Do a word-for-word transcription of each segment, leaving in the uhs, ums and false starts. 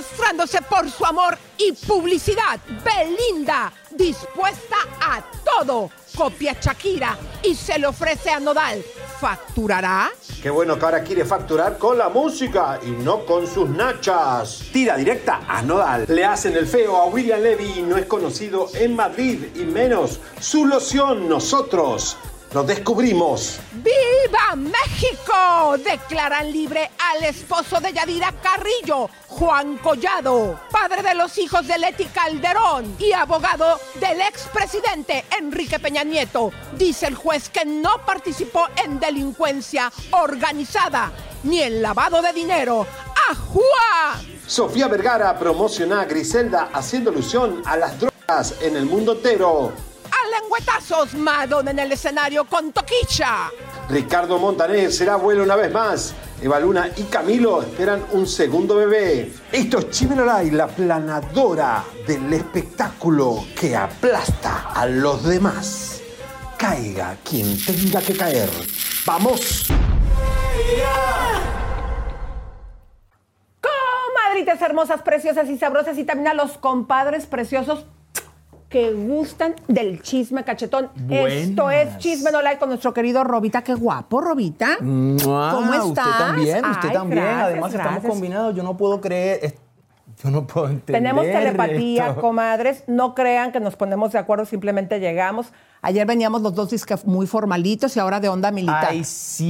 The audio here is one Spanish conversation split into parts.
arrastrándose por su amor y publicidad. Belinda, dispuesta a todo, copia Shakira y se le ofrece a Nodal. ¿Facturará? Qué bueno que ahora quiere facturar con la música y no con sus nachas. Tira directa a Nodal. Le hacen el feo a William Levy, no es conocido en Madrid y menos su loción. Nosotros lo descubrimos. ¡Viva México! Declaran libre al esposo de Yadira Carrillo, Juan Collado, padre de los hijos de Leti Calderón y abogado del expresidente Enrique Peña Nieto. Dice el juez que no participó en delincuencia organizada ni en lavado de dinero. ¡Ajúa! Sofía Vergara promociona a Griselda haciendo alusión a las drogas en el mundo entero. ¡A lengüetazos! Madonna en el escenario con Toquicha. Ricardo Montaner será abuelo una vez más. Eva Luna y Camilo esperan un segundo bebé. Esto es Chisme No Like, la planadora del espectáculo que aplasta a los demás. Caiga quien tenga que caer. ¡Vamos! Comadritas hermosas, preciosas y sabrosas, y también a los compadres preciosos que gustan del chisme cachetón. Buenas. Esto es Chisme No Like con nuestro querido Robita. Qué guapo, Robita. ¡Mua! ¿Cómo estás? Usted también, usted Ay, también. gracias, Además, gracias. estamos combinados. Yo no puedo creer. Yo no puedo entender. Tenemos telepatía, esto. comadres. No crean que nos ponemos de acuerdo, simplemente llegamos. Ayer veníamos los dos disque muy formalitos y ahora de onda militar. Hay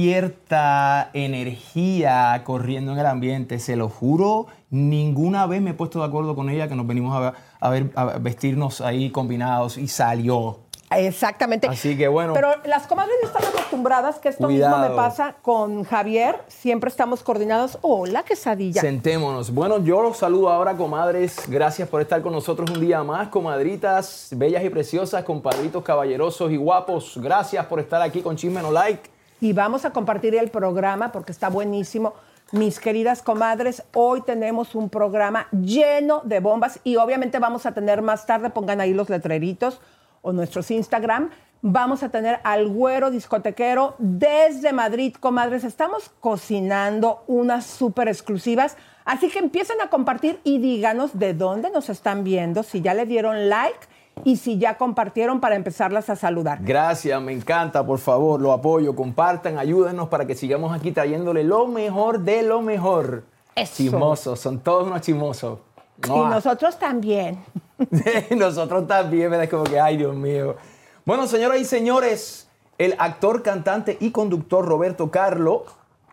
cierta energía corriendo en el ambiente, se lo juro. Ninguna vez me he puesto de acuerdo con ella que nos venimos a, a ver a vestirnos ahí combinados y salió. Exactamente. Así que bueno. Pero las comadres ya están acostumbradas, que esto Cuidado. mismo me pasa con Javier. Siempre estamos coordinados. Hola, quesadilla. Sentémonos. Bueno, yo los saludo ahora, comadres. Gracias por estar con nosotros un día más, comadritas bellas y preciosas, compadritos caballerosos y guapos. Gracias por estar aquí con Chisme No Like. Y vamos a compartir el programa porque está buenísimo. Mis queridas comadres, hoy tenemos un programa lleno de bombas y obviamente vamos a tener más tarde, pongan ahí los letreritos o nuestros Instagram, vamos a tener al güero discotequero desde Madrid, comadres. Estamos cocinando unas súper exclusivas, así que empiecen a compartir y díganos de dónde nos están viendo, si ya le dieron like y si ya compartieron para empezarlas a saludar. Gracias, me encanta, por favor, lo apoyo, compartan, ayúdenos para que sigamos aquí trayéndole lo mejor de lo mejor. Eso. Chismosos, son todos unos chismosos. Y nosotros también. Nosotros también, ¿verdad? Es como que, ay, Dios mío. Bueno, señoras y señores, el actor, cantante y conductor Roberto Carlo,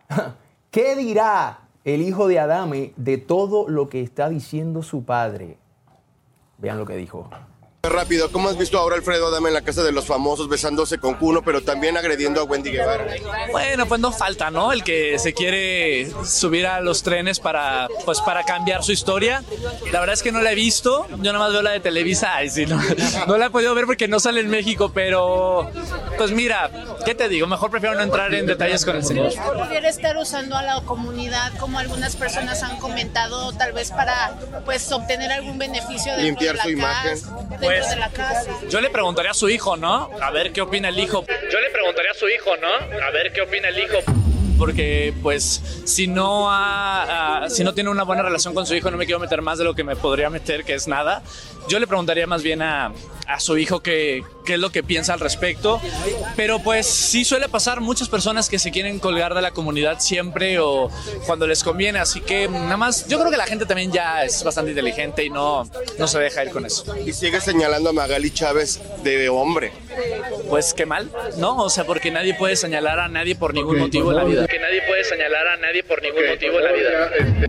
¿qué dirá el hijo de Adame de todo lo que está diciendo su padre? Vean lo que dijo. Rápido, ¿cómo has visto ahora a Alfredo Adame en la Casa de los Famosos besándose con Kuno, pero también agrediendo a Wendy Guevara? Bueno, pues no falta, ¿no? El que se quiere subir a los trenes para, pues, para cambiar su historia. La verdad es que no la he visto, yo nada más veo la de Televisa. Ay, sí, no, no la he podido ver porque no sale en México, pero pues mira, ¿qué te digo? Mejor prefiero no entrar en detalles con el señor. Prefiere estar usando a la comunidad, como algunas personas han comentado, tal vez para pues obtener algún beneficio dentro Limpiar de la su imagen. casa, dentro Pues, de la casa. Yo le preguntaría a su hijo, ¿no? A ver qué opina el hijo. Yo le preguntaría a su hijo, ¿no? A ver qué opina el hijo. Porque, pues, si no, ha, uh, si no tiene una buena relación con su hijo, no me quiero meter más de lo que me podría meter, que es nada. Yo le preguntaría más bien a, a su hijo qué, qué es lo que piensa al respecto. Pero, pues, sí suele pasar muchas personas que se quieren colgar de la comunidad siempre o cuando les conviene. Así que, nada más, yo creo que la gente también ya es bastante inteligente y no, no se deja ir con eso. Y sigue señalando a Magali Chávez de hombre. Pues qué mal, ¿no? O sea, porque nadie puede señalar a nadie por ningún motivo en la vida. Que nadie puede señalar a nadie por ningún okay, motivo en la vida.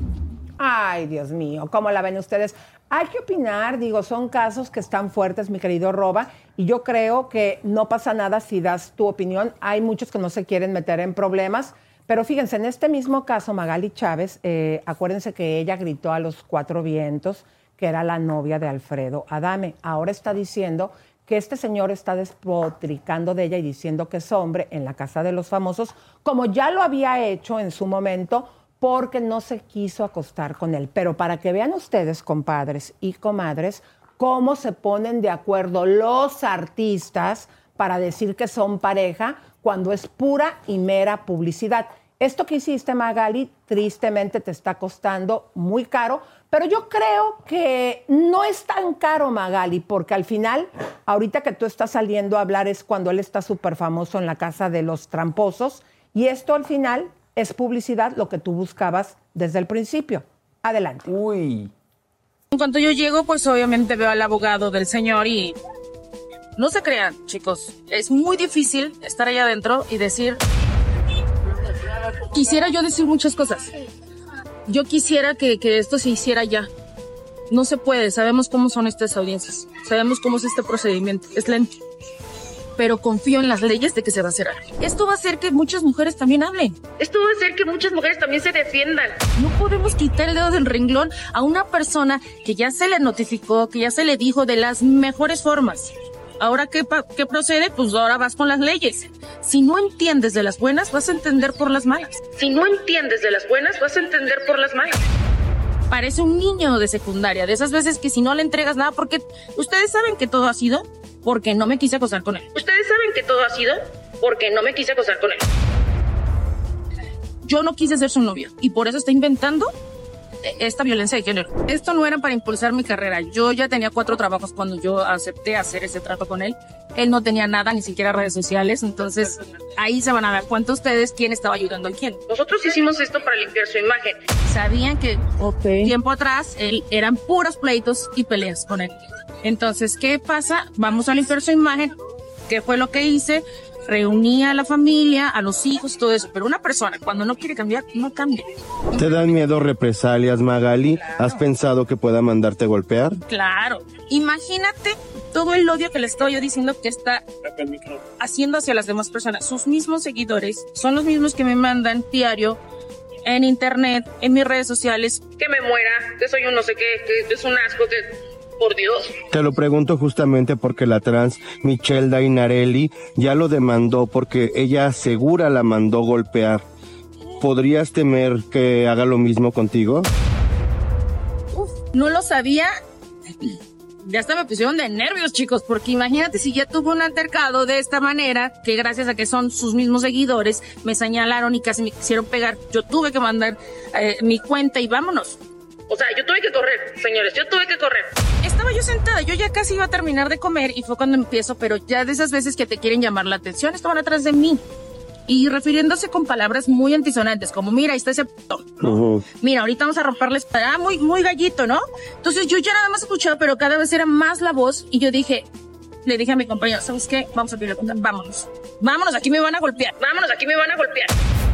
Ay, Dios mío, ¿cómo la ven ustedes? Hay que opinar, digo, son casos que están fuertes, mi querido Roba, y yo creo que no pasa nada si das tu opinión. Hay muchos que no se quieren meter en problemas, pero fíjense, en este mismo caso, Magali Chávez, eh, acuérdense que ella gritó a los cuatro vientos que era la novia de Alfredo Adame. Ahora está diciendo que este señor está despotricando de ella y diciendo que es hombre en la Casa de los Famosos, como ya lo había hecho en su momento, porque no se quiso acostar con él. Pero para que vean ustedes, compadres y comadres, cómo se ponen de acuerdo los artistas para decir que son pareja cuando es pura y mera publicidad. Esto que hiciste, Magali, tristemente te está costando muy caro, pero yo creo que no es tan caro, Magali, porque al final, ahorita que tú estás saliendo a hablar es cuando él está súper famoso en la casa de los tramposos, y esto al final es publicidad, lo que tú buscabas desde el principio. Adelante. Uy. En cuanto yo llego, pues obviamente veo al abogado del señor y no se crean, chicos, es muy difícil estar allá adentro y decir... Quisiera yo decir muchas cosas. Yo quisiera que, que esto se hiciera ya. No se puede, sabemos cómo son estas audiencias, sabemos cómo es este procedimiento, es lento. Pero confío en las leyes de que se va a hacer algo. Esto va a hacer que muchas mujeres también hablen. Esto va a hacer que muchas mujeres también se defiendan. No podemos quitar el dedo del renglón a una persona que ya se le notificó, que ya se le dijo de las mejores formas. Ahora, ¿qué, qué procede? Pues ahora vas con las leyes. Si no entiendes de las buenas, vas a entender por las malas. Si no entiendes de las buenas, vas a entender por las malas. Parece un niño de secundaria, de esas veces que si no le entregas nada, porque ustedes saben que todo ha sido porque no me quise acostar con él. Ustedes saben que todo ha sido porque no me quise acostar con él. Yo no quise ser su novio y por eso está inventando esta violencia de género. Esto no era para impulsar mi carrera. Yo ya tenía cuatro trabajos cuando yo acepté hacer ese trato con él. Él no tenía nada, ni siquiera redes sociales. Entonces, ahí se van a dar cuenta ustedes quién estaba ayudando a quién. Nosotros hicimos esto para limpiar su imagen. Sabían que okay. tiempo atrás él, eran puros pleitos y peleas con él. Entonces, ¿qué pasa? Vamos a limpiar su imagen. ¿Qué fue lo que hice? Reuní a la familia, a los hijos, todo eso. Pero una persona, cuando no quiere cambiar, no cambia. ¿Te dan miedo represalias, Magali? Claro. ¿Has pensado que pueda mandarte golpear? Claro. Imagínate todo el odio que le estoy yo diciendo que está haciendo hacia las demás personas. Sus mismos seguidores son los mismos que me mandan diario en internet, en mis redes sociales. Que me muera, que soy un no sé qué, que es un asco, que... Por Dios. Te lo pregunto justamente porque la trans Michelle Dainarelli ya lo demandó porque ella asegura la mandó golpear. ¿Podrías temer que haga lo mismo contigo? Uf, no lo sabía. Ya hasta me pusieron de nervios, chicos, porque imagínate si ya tuvo un altercado de esta manera, que gracias a que son sus mismos seguidores, me señalaron y casi me quisieron pegar. Yo tuve que mandar eh, mi cuenta y vámonos. O sea, yo tuve que correr, señores, yo tuve que correr. Estaba yo sentada, yo ya casi iba a terminar de comer y fue cuando empiezo, pero ya de esas veces que te quieren llamar la atención, estaban atrás de mí. Y refiriéndose con palabras muy antisonantes, como mira, ahí está ese puto, ¿no? Uh-huh. Mira, ahorita vamos a romperles, ah, muy, muy gallito, ¿no? Entonces yo ya nada más escuchaba, pero cada vez era más la voz y yo dije, le dije a mi compañero, ¿sabes qué? Vamos a pedirle cuenta, vámonos. Vámonos, aquí me van a golpear, vámonos, aquí me van a golpear.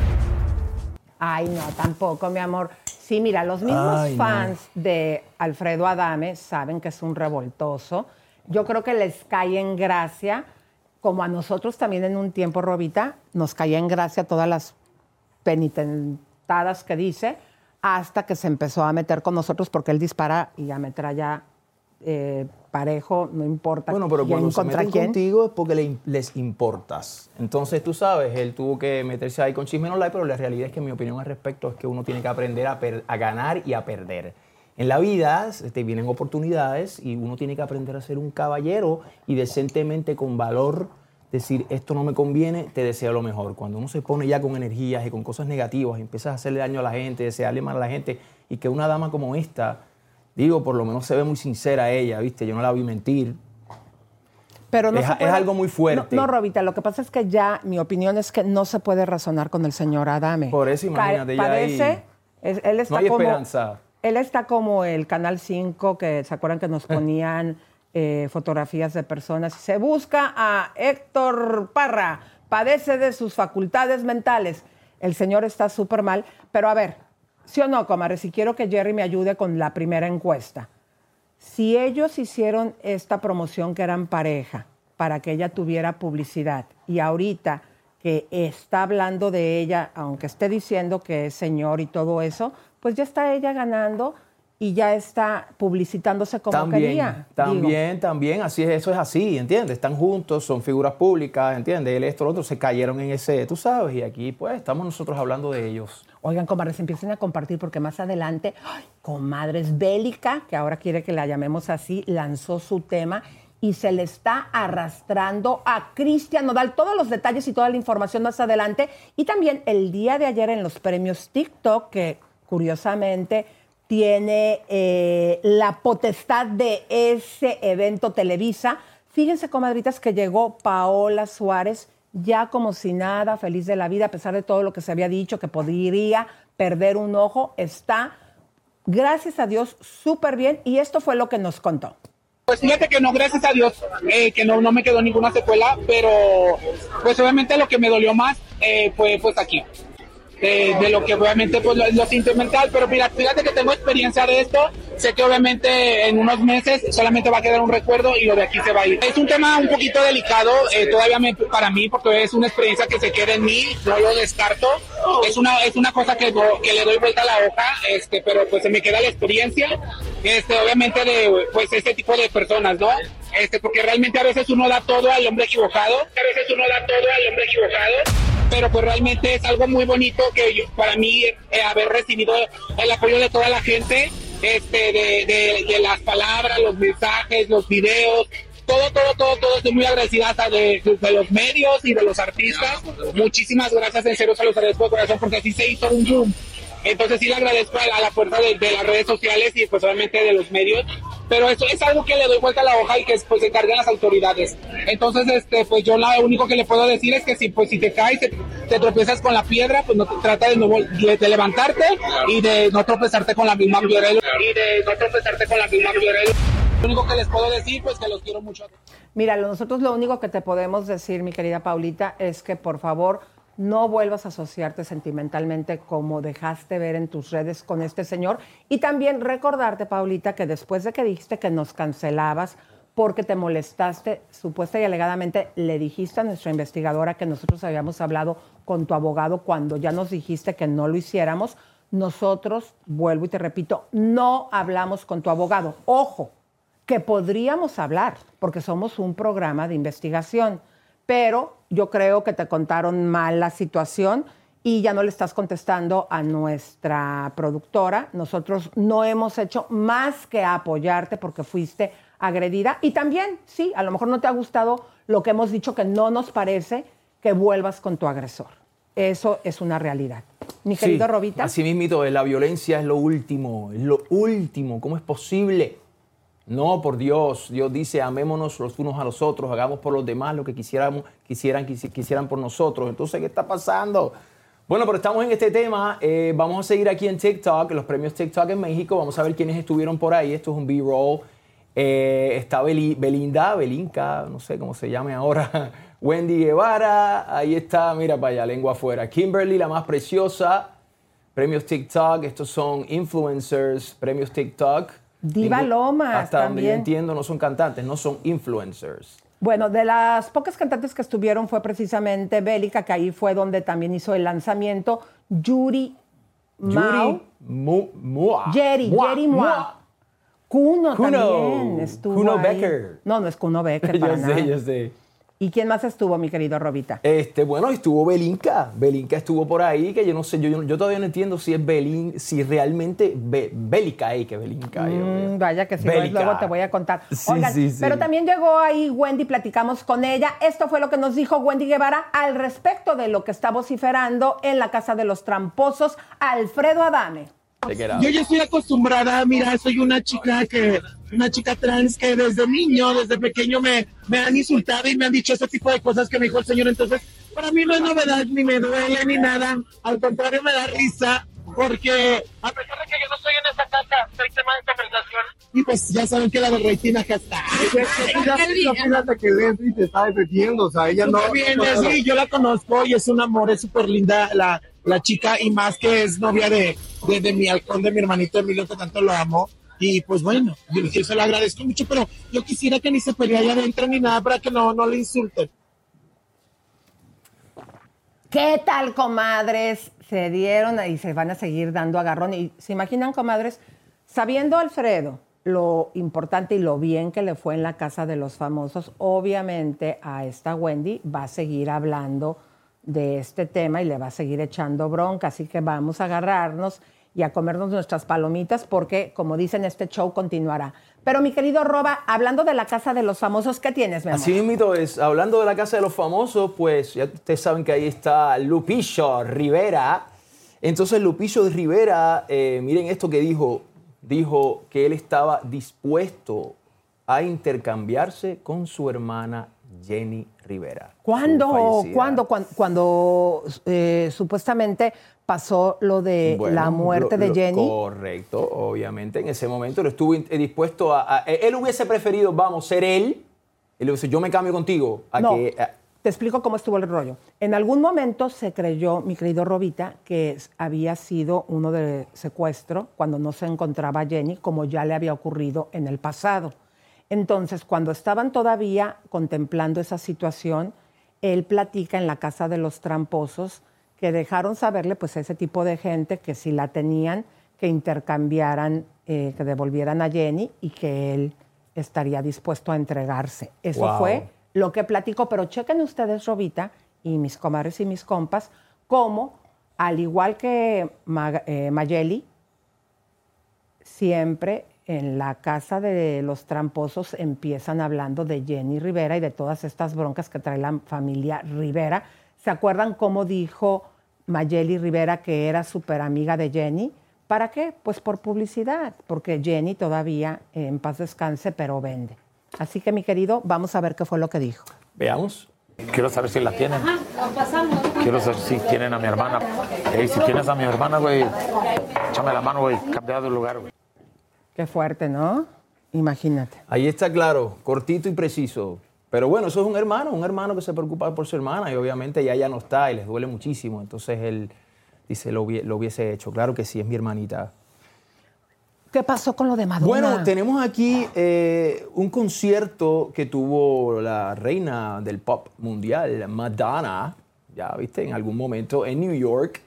Ay, no, tampoco, mi amor. Sí, mira, los mismos Ay, fans no. de Alfredo Adame saben que es un revoltoso. Yo creo que les cae en gracia, como a nosotros también en un tiempo, Robita, nos caía en gracia todas las penitentadas que dice, hasta que se empezó a meter con nosotros porque él dispara y ametralla eh, parejo, no importa bueno, pero quién cuando se contra meten quién. Contigo es porque le, les importas. Entonces, tú sabes, él tuvo que meterse ahí con Chisme No Like, pero la realidad es que mi opinión al respecto es que uno tiene que aprender a, per- a ganar y a perder. En la vida te vienen oportunidades y uno tiene que aprender a ser un caballero y decentemente, con valor, decir, esto no me conviene, te deseo lo mejor. Cuando uno se pone ya con energías y con cosas negativas y empiezas a hacerle daño a la gente, desearle mal a la gente, y que una dama como esta, digo, por lo menos se ve muy sincera ella, ¿viste? Yo no la vi mentir. Pero no es, se puede, es algo muy fuerte. No, no, Robita, lo que pasa es que ya mi opinión es que no se puede razonar con el señor Adame. Por eso, imagínate, ya Parece, ahí, es, él está no hay como, esperanza. Él está como el Canal cinco, que se acuerdan que nos ponían eh, fotografías de personas. Se busca a Héctor Parra, padece de sus facultades mentales. El señor está súper mal, pero a ver, ¿sí o no, comadre? Si quiero que Jerry me ayude con la primera encuesta. Si ellos hicieron esta promoción que eran pareja para que ella tuviera publicidad y ahorita que está hablando de ella, aunque esté diciendo que es señor y todo eso, pues ya está ella ganando y ya está publicitándose como también, quería. También, digo. también, así es, eso es así, ¿entiendes? Están juntos, son figuras públicas, ¿entiendes? Él, esto, lo otro, se cayeron en ese, tú sabes, y aquí pues estamos nosotros hablando de ellos. Oigan, comadres, empiecen a compartir porque más adelante, ¡ay! Comadres Bélica, que ahora quiere que la llamemos así, lanzó su tema y se le está arrastrando a Cristian Nodal. Todos los detalles y toda la información más adelante. Y también el día de ayer en los premios TikTok, que curiosamente tiene eh, la potestad de ese evento Televisa. Fíjense, comadritas, que llegó Paola Suárez ya como si nada, feliz de la vida, a pesar de todo lo que se había dicho, que podría perder un ojo. Está, gracias a Dios, súper bien. Y esto fue lo que nos contó. Pues fíjate que no, gracias a Dios, eh, que no, no me quedó ninguna secuela, pero pues obviamente lo que me dolió más eh, fue pues aquí. De, de lo que obviamente pues lo, lo sentimental, pero mira, fíjate que tengo experiencia de esto, sé que obviamente en unos meses solamente va a quedar un recuerdo y lo de aquí se va a ir. Es un tema un poquito delicado, eh, todavía me, para mí, porque es una experiencia que se queda en mí, no lo descarto, es una, es una cosa que, que le doy vuelta a la hoja, este, pero pues se me queda la experiencia, este, obviamente de pues este tipo de personas, ¿no? Este, porque realmente a veces uno da todo al hombre equivocado, a veces uno da todo al hombre equivocado, pero pues realmente es algo muy bonito que yo, para mí eh, haber recibido el apoyo de toda la gente, este, de, de, de las palabras, los mensajes, los videos, todo, todo, todo, todo, estoy muy agradecida hasta de, de los medios y de los artistas. Muchísimas gracias, en serio se los agradezco de corazón porque así se hizo un boom. Entonces sí le agradezco a la, a la fuerza de, de las redes sociales y pues obviamente de los medios, pero eso es algo que le doy vuelta a la hoja y que pues se encargan las autoridades. Entonces este pues yo lo único que le puedo decir es que si pues si te caes, te, te tropiezas con la piedra, pues no te, trata de, nuevo, de, de levantarte y de no tropezarte con la misma piedra y de no tropezarte con la misma piedra. Lo único que les puedo decir pues que los quiero mucho. Mira, nosotros lo único que te podemos decir, mi querida Paulita, es que por favor no vuelvas a asociarte sentimentalmente como dejaste ver en tus redes con este señor. Y también recordarte, Paulita, que después de que dijiste que nos cancelabas porque te molestaste, supuesta y alegadamente le dijiste a nuestra investigadora que nosotros habíamos hablado con tu abogado cuando ya nos dijiste que no lo hiciéramos. Nosotros, vuelvo y te repito, no hablamos con tu abogado. Ojo, que podríamos hablar porque somos un programa de investigación. Pero yo creo que te contaron mal la situación y ya no le estás contestando a nuestra productora. Nosotros no hemos hecho más que apoyarte porque fuiste agredida. Y también, sí, a lo mejor no te ha gustado lo que hemos dicho, que no nos parece que vuelvas con tu agresor. Eso es una realidad. Mi querido sí, Robita. Así mismito, la violencia es lo último, es lo último. ¿Cómo es posible? No, por Dios. Dios dice, amémonos los unos a los otros, hagamos por los demás lo que quisiéramos, quisieran, quisieran por nosotros. Entonces, ¿qué está pasando? Bueno, pero estamos en este tema. Eh, vamos a seguir aquí en TikTok, en los premios TikTok en México. Vamos a ver quiénes estuvieron por ahí. Esto es un B-roll. Eh, está Beli, Belinda, Belinka, no sé cómo se llame ahora. Wendy Guevara. Ahí está, mira para allá, lengua afuera. Kimberly, la más preciosa. Premios TikTok. Estos son influencers, premios TikTok. Diva Lomas hasta también. donde yo entiendo no son cantantes, no son influencers. Bueno, de las pocas cantantes que estuvieron fue precisamente Bélica, que ahí fue donde también hizo el lanzamiento. Yuri Mao. Mu, Mua. Jerry, Mua, Jerry Mua. Mua. Kuno, Kuno. también estuvo Kuno ahí. Becker. No, no es Kuno Becker para yo nada. sé, yo sé. ¿Y quién más estuvo, mi querido Robita? Este, bueno, estuvo Belinka. Belinka estuvo por ahí, que yo no sé, yo, yo, yo todavía no entiendo si es Belin, si realmente Be, Bélica es que Belinka. Mm, vaya que si no es, luego te voy a contar. Sí, Oigan, sí, sí. pero también llegó ahí Wendy, platicamos con ella. Esto fue lo que nos dijo Wendy Guevara al respecto de lo que está vociferando en la casa de los tramposos Alfredo Adame. Yo ya estoy acostumbrada, mira, soy una chica que, una chica trans que desde niño, desde pequeño me, me han insultado y me han dicho ese tipo de cosas que me dijo el señor. Entonces, para mí no es novedad, ni me duele, ni nada. Al contrario, me da risa, porque a pesar de que yo no estoy en esta casa, soy tema de conversación. Y pues ya saben que la de Reitina acá está. Fíjate que Leslie te está defendiendo, o sea, ella no... Muy bien, Leslie, yo la conozco y es un amor, es súper linda la, la chica, y más que es novia de, de, de mi halcón, de mi hermanito Emilio, que tanto lo amo. Y pues bueno, yo, yo se lo agradezco mucho, pero yo quisiera que ni se pelee allá adentro ni nada para que no, no le insulten. ¿Qué tal, comadres? Se dieron y se van a seguir dando agarrón. Y se imaginan, comadres, sabiendo Alfredo lo importante y lo bien que le fue en la casa de los famosos, obviamente a esta Wendy va a seguir hablando de este tema y le va a seguir echando bronca. Así que vamos a agarrarnos y a comernos nuestras palomitas porque, como dicen, este show continuará. Pero mi querido Roba, hablando de la Casa de los Famosos, ¿qué tienes, mi amor? Así mismo es. Hablando de la Casa de los Famosos, pues ya ustedes saben que ahí está Lupillo Rivera. Entonces Lupillo Rivera, eh, miren esto que dijo. Dijo que él estaba dispuesto a intercambiarse con su hermana Jenny Rivera. ¿Cuándo? ¿Cuándo? Cuando, cuando eh, supuestamente pasó lo de Bueno, la muerte lo, de lo, Jenny. Correcto, obviamente. En ese momento lo estuvo in- dispuesto a, a... Él hubiese preferido, vamos, ser él. Él hubiese, yo me cambio contigo. A No, que, a, te explico cómo estuvo el rollo. En algún momento se creyó, mi querido Robita, que había sido uno de secuestro cuando no se encontraba Jenny, como ya le había ocurrido en el pasado. Entonces, cuando estaban todavía contemplando esa situación, él platica en la Casa de los Tramposos que dejaron saberle pues, a ese tipo de gente que si la tenían, que intercambiaran, eh, que devolvieran a Jenny y que él estaría dispuesto a entregarse. Eso Wow. fue lo que platicó. Pero chequen ustedes, Robita, y mis comadres y mis compas, cómo, al igual que Ma- eh, Mayeli, siempre en la Casa de los Tramposos empiezan hablando de Jenny Rivera y de todas estas broncas que trae la familia Rivera. ¿Se acuerdan cómo dijo Mayeli Rivera que era súper amiga de Jenny? ¿Para qué? Pues por publicidad, porque Jenny todavía, eh, en paz descanse, pero vende. Así que, mi querido, vamos a ver qué fue lo que dijo. veamos. Quiero saber si la tienen. Quiero saber si tienen a mi hermana. Ey, si tienes a mi hermana, güey, échame la mano, güey, cambiar de lugar, güey. Qué fuerte, ¿no? Imagínate. Ahí está claro, cortito y preciso. Pero bueno, eso es un hermano, un hermano que se preocupa por su hermana y obviamente ella ya no está y les duele muchísimo. Entonces él dice, lo, hubie- lo hubiese hecho. Claro que sí, es mi hermanita. ¿Qué pasó con lo de Madonna? Bueno, tenemos aquí eh, un concierto que tuvo la reina del pop mundial, Madonna, ya viste, en algún momento en New York.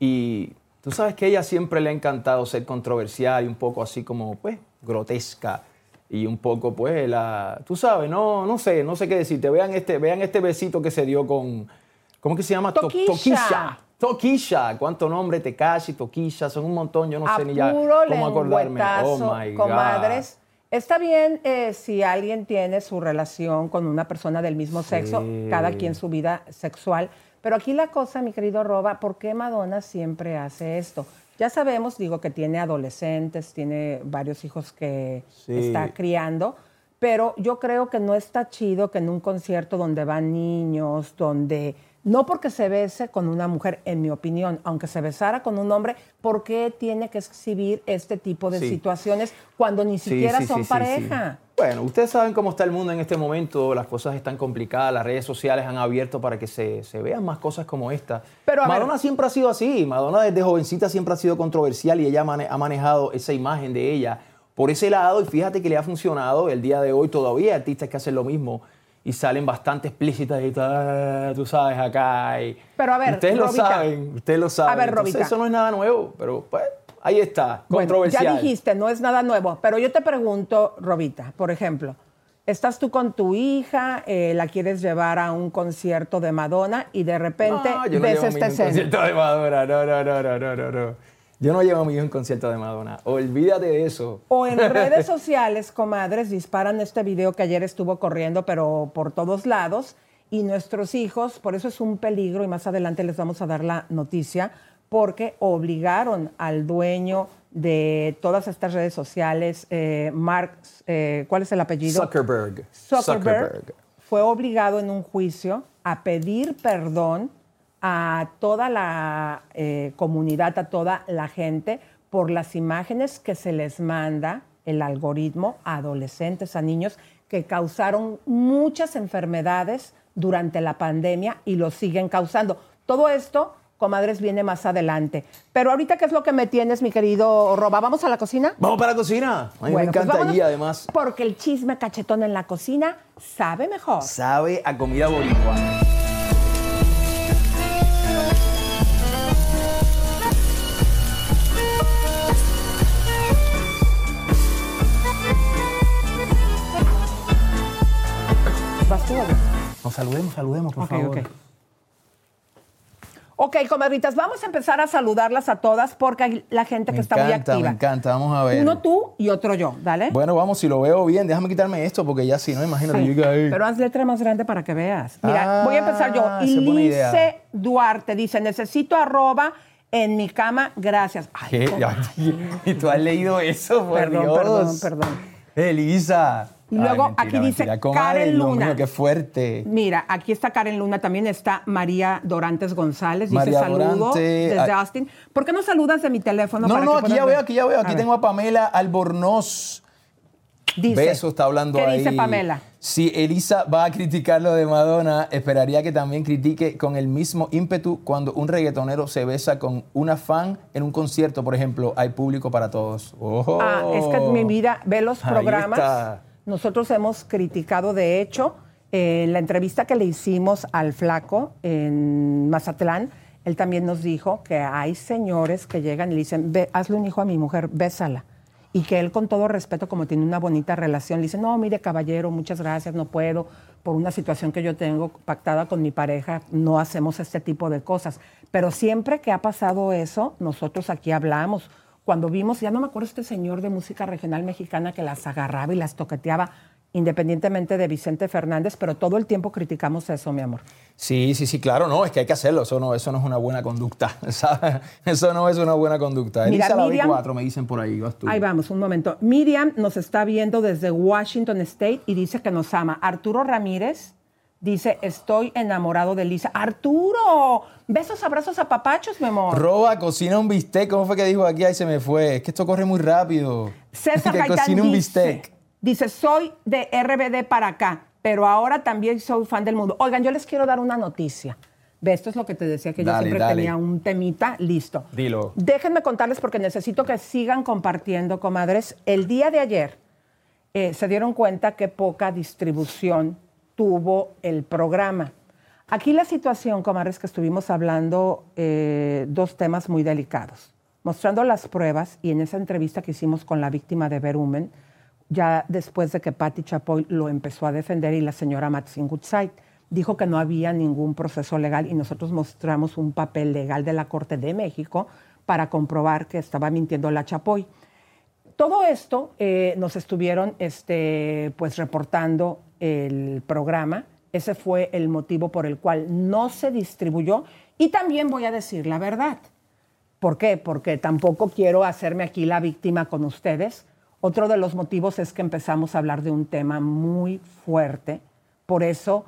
Y tú sabes que a ella siempre le ha encantado ser controversial y un poco así como, pues, grotesca. Y un poco, pues, la... Tú sabes, no, no sé, no sé qué decirte. Vean este, vean este besito que se dio con... ¿Cómo que se llama? To- Toquilla. Toquilla. Toquilla. ¿Cuánto nombre? Tekashi, Toquilla. Son un montón. Yo no sé ni ya Puro cómo acordarme. Oh, lengüetazo, my God. comadres. Está bien eh, si alguien tiene su relación con una persona del mismo sexo, Sí. cada quien su vida sexual. Pero aquí la cosa, mi querido Roba, ¿por qué Madonna siempre hace esto? Ya sabemos, digo, que tiene adolescentes, tiene varios hijos que Sí. está criando, pero yo creo que no está chido que en un concierto donde van niños, donde... No porque se bese con una mujer, en mi opinión, aunque se besara con un hombre, ¿por qué tiene que exhibir este tipo de Sí. situaciones cuando ni Sí, siquiera sí, son sí, sí, pareja? sí. Bueno, ustedes saben cómo está el mundo en este momento, las cosas están complicadas, las redes sociales han abierto para que se, se vean más cosas como esta. Pero, a Madonna ver- siempre ha sido así, Madonna desde jovencita siempre ha sido controversial y ella mane- ha manejado esa imagen de ella por ese lado y fíjate que le ha funcionado el día de hoy todavía, hay artistas que hacen lo mismo y salen bastante explícitas y tal, tú sabes, acá. Y Pero a ver, ustedes lo Robita. saben, ustedes lo saben. A ver, Entonces, Robita. eso no es nada nuevo, pero pues ahí está, Bueno, controversial. ya dijiste, no es nada nuevo, pero yo te pregunto, Robita, por ejemplo, estás tú con tu hija, eh, la quieres llevar a un concierto de Madonna y de repente No, yo no ves llevo a mi esta hijo a un escena. concierto de Madonna. No, no, no, no, no, no, no. Yo no llevo a mi hijo a un concierto de Madonna. Olvídate de eso. O en redes sociales, comadres, disparan este video que ayer estuvo corriendo, pero por todos lados, y nuestros hijos, por eso es un peligro, y más adelante les vamos a dar la noticia, porque obligaron al dueño de todas estas redes sociales, eh, Mark, eh, ¿cuál es el apellido? Zuckerberg. Zuckerberg, fue obligado en un juicio a pedir perdón a toda la eh, comunidad, a toda la gente, por las imágenes que se les manda el algoritmo a adolescentes, a niños, que causaron muchas enfermedades durante la pandemia y lo siguen causando. Todo esto, comadres, viene más adelante. Pero ahorita, ¿qué es lo que me tienes, mi querido Roba? ¿Vamos a la cocina? Vamos para la cocina. A mí me Bueno, pues encanta vámonos, allí, además. porque el chisme cachetón en la cocina sabe mejor. Sabe a comida boricua. ¿Vas tú o yo? Nos saludemos, saludemos, por Ok, favor. ok. Ok, comadritas, vamos a empezar a saludarlas a todas porque hay la gente que Me está muy encanta, activa. me encanta. Vamos a ver. Uno tú y otro yo, ¿dale? Bueno, vamos, si lo veo bien, déjame quitarme esto porque ya si no, imagínate. Sí, yo que ahí. pero haz letra más grande para que veas. Mira, Ah, voy a empezar yo. esa es buena idea. Ilice Duarte dice, necesito arroba en mi cama, gracias. Ay, ¿Qué? comadre. ¿Y tú has leído eso, por Perdón, Dios? perdón, perdón. Elisa. Y luego Ay, mentira, aquí dice mentira. Comadre, Karen Dios Luna. mío, qué fuerte. Mira, aquí está Karen Luna, también está María Dorantes González, dice María saludo Dorante, desde ay. Austin. ¿Por qué no saludas de mi teléfono? No, para no, que aquí puedas ya ver? veo, aquí ya veo. A Aquí ver. tengo a Pamela Albornoz. Dice, Beso está hablando ¿qué ahí. dice Pamela? Si Elisa va a criticar lo de Madonna, esperaría que también critique con el mismo ímpetu cuando un reggaetonero se besa con una fan en un concierto, por ejemplo. Hay público para todos. Oh. Ah, es que mi vida ve los Ahí programas. está. Nosotros hemos criticado, de hecho, eh, la entrevista que le hicimos al Flaco en Mazatlán, él también nos dijo que hay señores que llegan y le dicen, ve, hazle un hijo a mi mujer, bésala. Y que él, con todo respeto, como tiene una bonita relación, le dice, no, mire, caballero, muchas gracias, no puedo, por una situación que yo tengo pactada con mi pareja, no hacemos este tipo de cosas. Pero siempre que ha pasado eso, nosotros aquí hablamos. Cuando vimos, ya no me acuerdo este señor de música regional mexicana que las agarraba y las toqueteaba, independientemente de Vicente Fernández, pero todo el tiempo criticamos eso, mi amor. Sí, sí, sí, claro, no, es que hay que hacerlo. Eso no, eso no es una buena conducta, ¿sabes? Eso no es una buena conducta. Mira, Elisa, la Miriam- B cuatro, me dicen por ahí, vas tú. Ahí vamos, un momento. Miriam nos está viendo desde Washington State y dice que nos ama. Arturo Ramírez dice, estoy enamorado de Elisa. ¡Arturo! Besos, abrazos, apapachos, mi amor. Roba, cocina un bistec. ¿Cómo fue que dijo aquí? Ahí se me fue. Es que esto corre muy rápido. César que Gaitán cocine un dice, bistec. dice, soy de R B D para acá, pero ahora también soy fan del mundo. Oigan, yo les quiero dar una noticia. Ve, esto es lo que te decía, que yo Dale, siempre dale. tenía un temita listo. Dilo. Déjenme contarles porque necesito que sigan compartiendo, comadres. El día de ayer eh, se dieron cuenta que poca distribución tuvo el programa. Aquí la situación, comadres, que estuvimos hablando, eh, dos temas muy delicados. Mostrando las pruebas, y en esa entrevista que hicimos con la víctima de Verumen, ya después de que Patti Chapoy lo empezó a defender y la señora Maxine Goodside dijo que no había ningún proceso legal y nosotros mostramos un papel legal de la Corte de México para comprobar que estaba mintiendo la Chapoy. Todo esto eh, nos estuvieron este, pues, reportando el programa. Ese fue el motivo por el cual no se distribuyó. Y también voy a decir la verdad. ¿Por qué? Porque tampoco quiero hacerme aquí la víctima con ustedes. Otro de los motivos es que empezamos a hablar de un tema muy fuerte. Por eso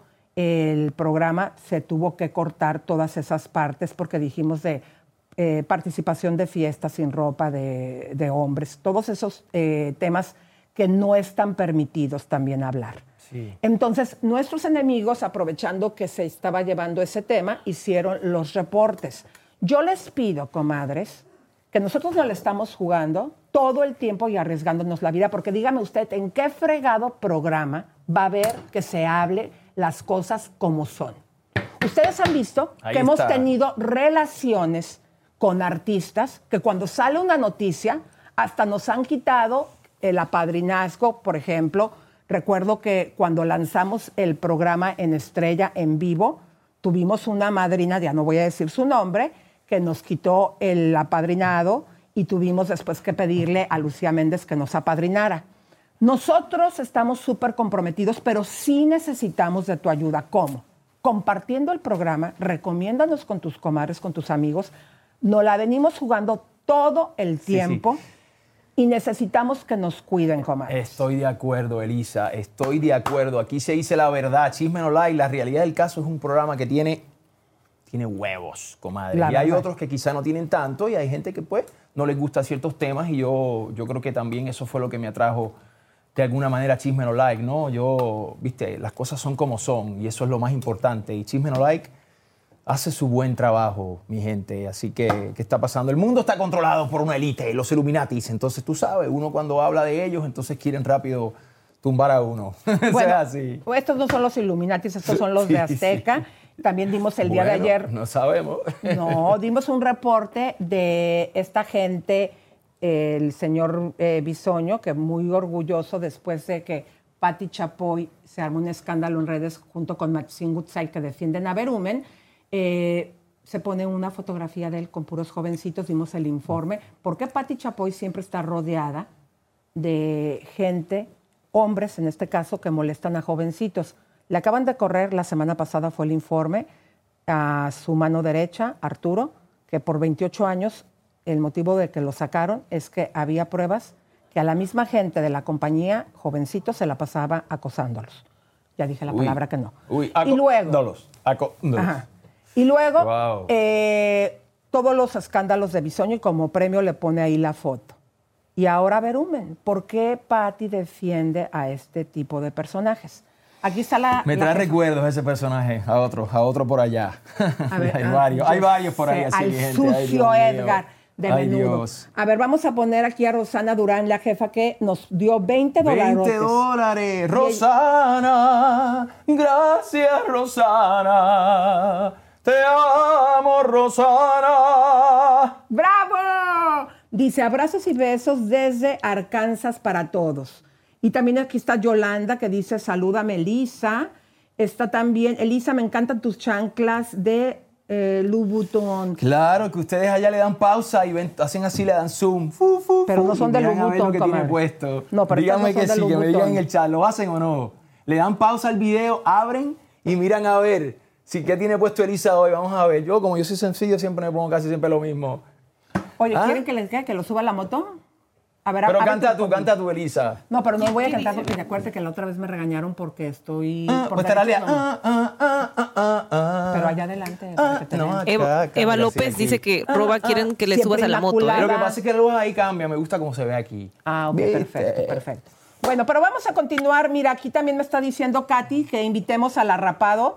el programa se tuvo que cortar todas esas partes porque dijimos de eh, participación de fiestas sin ropa de, de hombres, todos esos eh, temas que no están permitidos también hablar. Sí. Entonces, nuestros enemigos, aprovechando que se estaba llevando ese tema, hicieron los reportes. Yo les pido, comadres, que nosotros no le estamos jugando todo el tiempo y arriesgándonos la vida, porque dígame usted, ¿en qué fregado programa va a haber que se hable las cosas como son? Ustedes han visto Ahí que hemos está. tenido relaciones con artistas que cuando sale una noticia hasta nos han quitado el apadrinazgo, por ejemplo. Recuerdo que cuando lanzamos el programa en Estrella en vivo, tuvimos una madrina, ya no voy a decir su nombre, que nos quitó el apadrinado y tuvimos después que pedirle a Lucía Méndez que nos apadrinara. Nosotros estamos súper comprometidos, pero sí necesitamos de tu ayuda. ¿Cómo? Compartiendo el programa, recomiéndanos con tus comadres, con tus amigos. Nos la venimos jugando todo el tiempo. Sí, sí. Y necesitamos que nos cuiden, comadres. Estoy de acuerdo, Elisa, estoy de acuerdo. Aquí se dice la verdad, Chisme No Like. La realidad del caso es un programa que tiene, tiene huevos, comadre. La y hay verdad. otros que quizá no tienen tanto y hay gente que pues no les gusta ciertos temas y yo, yo creo que también eso fue lo que me atrajo de alguna manera a Chisme No Like, ¿no? Yo, viste, las cosas son como son y eso es lo más importante. Y Chisme No Like hace su buen trabajo, mi gente. Así que, ¿qué está pasando? El mundo está controlado por una élite, los Illuminatis. Entonces, tú sabes, uno cuando habla de ellos, entonces quieren rápido tumbar a uno. Bueno, O sea, así. estos no son los Illuminatis, estos son los Sí, de Azteca. También dimos el día de Bueno, ayer. No sabemos. No, dimos un reporte de esta gente, eh, el señor eh, Bisoño, que muy orgulloso después de que Patti Chapoy se armó un escándalo en redes junto con Maxine Goodside que defienden a Verumen. Eh, se pone una fotografía de él con puros jovencitos, dimos el informe. ¿Por qué Pati Chapoy siempre está rodeada de gente, hombres en este caso, que molestan a jovencitos? Le acaban de correr, la semana pasada fue el informe, a su mano derecha, Arturo, que por veintiocho años, el motivo de que lo sacaron es que había pruebas que a la misma gente de la compañía, jovencitos, se la pasaba acosándolos. Ya dije la Uy, palabra que no. Uy, y luego, acosándolos. acosándolos. ajá, y luego Wow. eh, todos los escándalos de Bisoño, y como premio le pone ahí la foto. Y ahora Verumen. ¿Por qué Pati defiende a este tipo de personajes? Aquí está la... Me la trae que- recuerdos ese personaje, a otro, a otro por allá. A ver, hay ah, varios, yo hay varios por ahí sé, así, al gente. sucio Ay, Dios mío. Edgar de Ay, Menudo. Dios. A ver, vamos a poner aquí a Rosana Durán, la jefa, que nos dio veinte dólares. veinte dólares. Rosana, gracias, Rosana. Te amo, Rosana. ¡Bravo! Dice, abrazos y besos desde Arkansas para todos. Y también aquí está Yolanda, que dice, salúdame, Elisa. Está también, Elisa, me encantan tus chanclas de eh, Louboutin. Claro, que ustedes allá le dan pausa y ven- hacen así, le dan zoom. Fu, fu, Pero fu, no son y de miran a ver Louboutin, lo que tiene comadre. puesto. No, pero estas díganme no son que de sí, que me Louboutin. digan en el chat, ¿lo hacen o no? Le dan pausa al video, abren y miran a ver si qué tiene puesto Elisa hoy. Vamos a ver. Yo, como yo soy sencillo, siempre me pongo casi siempre lo mismo. Oye, ¿Ah? ¿quieren que les que, que lo suba a la moto? A ver, Pero a ver, canta tú, tú, canta tú, Elisa. No, pero no voy a cantar porque acuérdate que la otra vez me regañaron porque estoy... Ah, por pues estará derechos lea- no. ah, ah, ah, ah, ah, ah. Pero allá adelante. Ah, para que te no, vean. acá, Eva, acá, Eva mira, López sí, aquí. dice que Ah, Roba ah, quieren que le siempre subas a la moto. ¿eh? inmaculada. Lo que pasa es que luego ahí cambia, me gusta cómo se ve aquí. Ah, ok, ¿Viste? perfecto, perfecto. Bueno, pero vamos a continuar. Mira, aquí también me está diciendo Katy que invitemos al arrapado.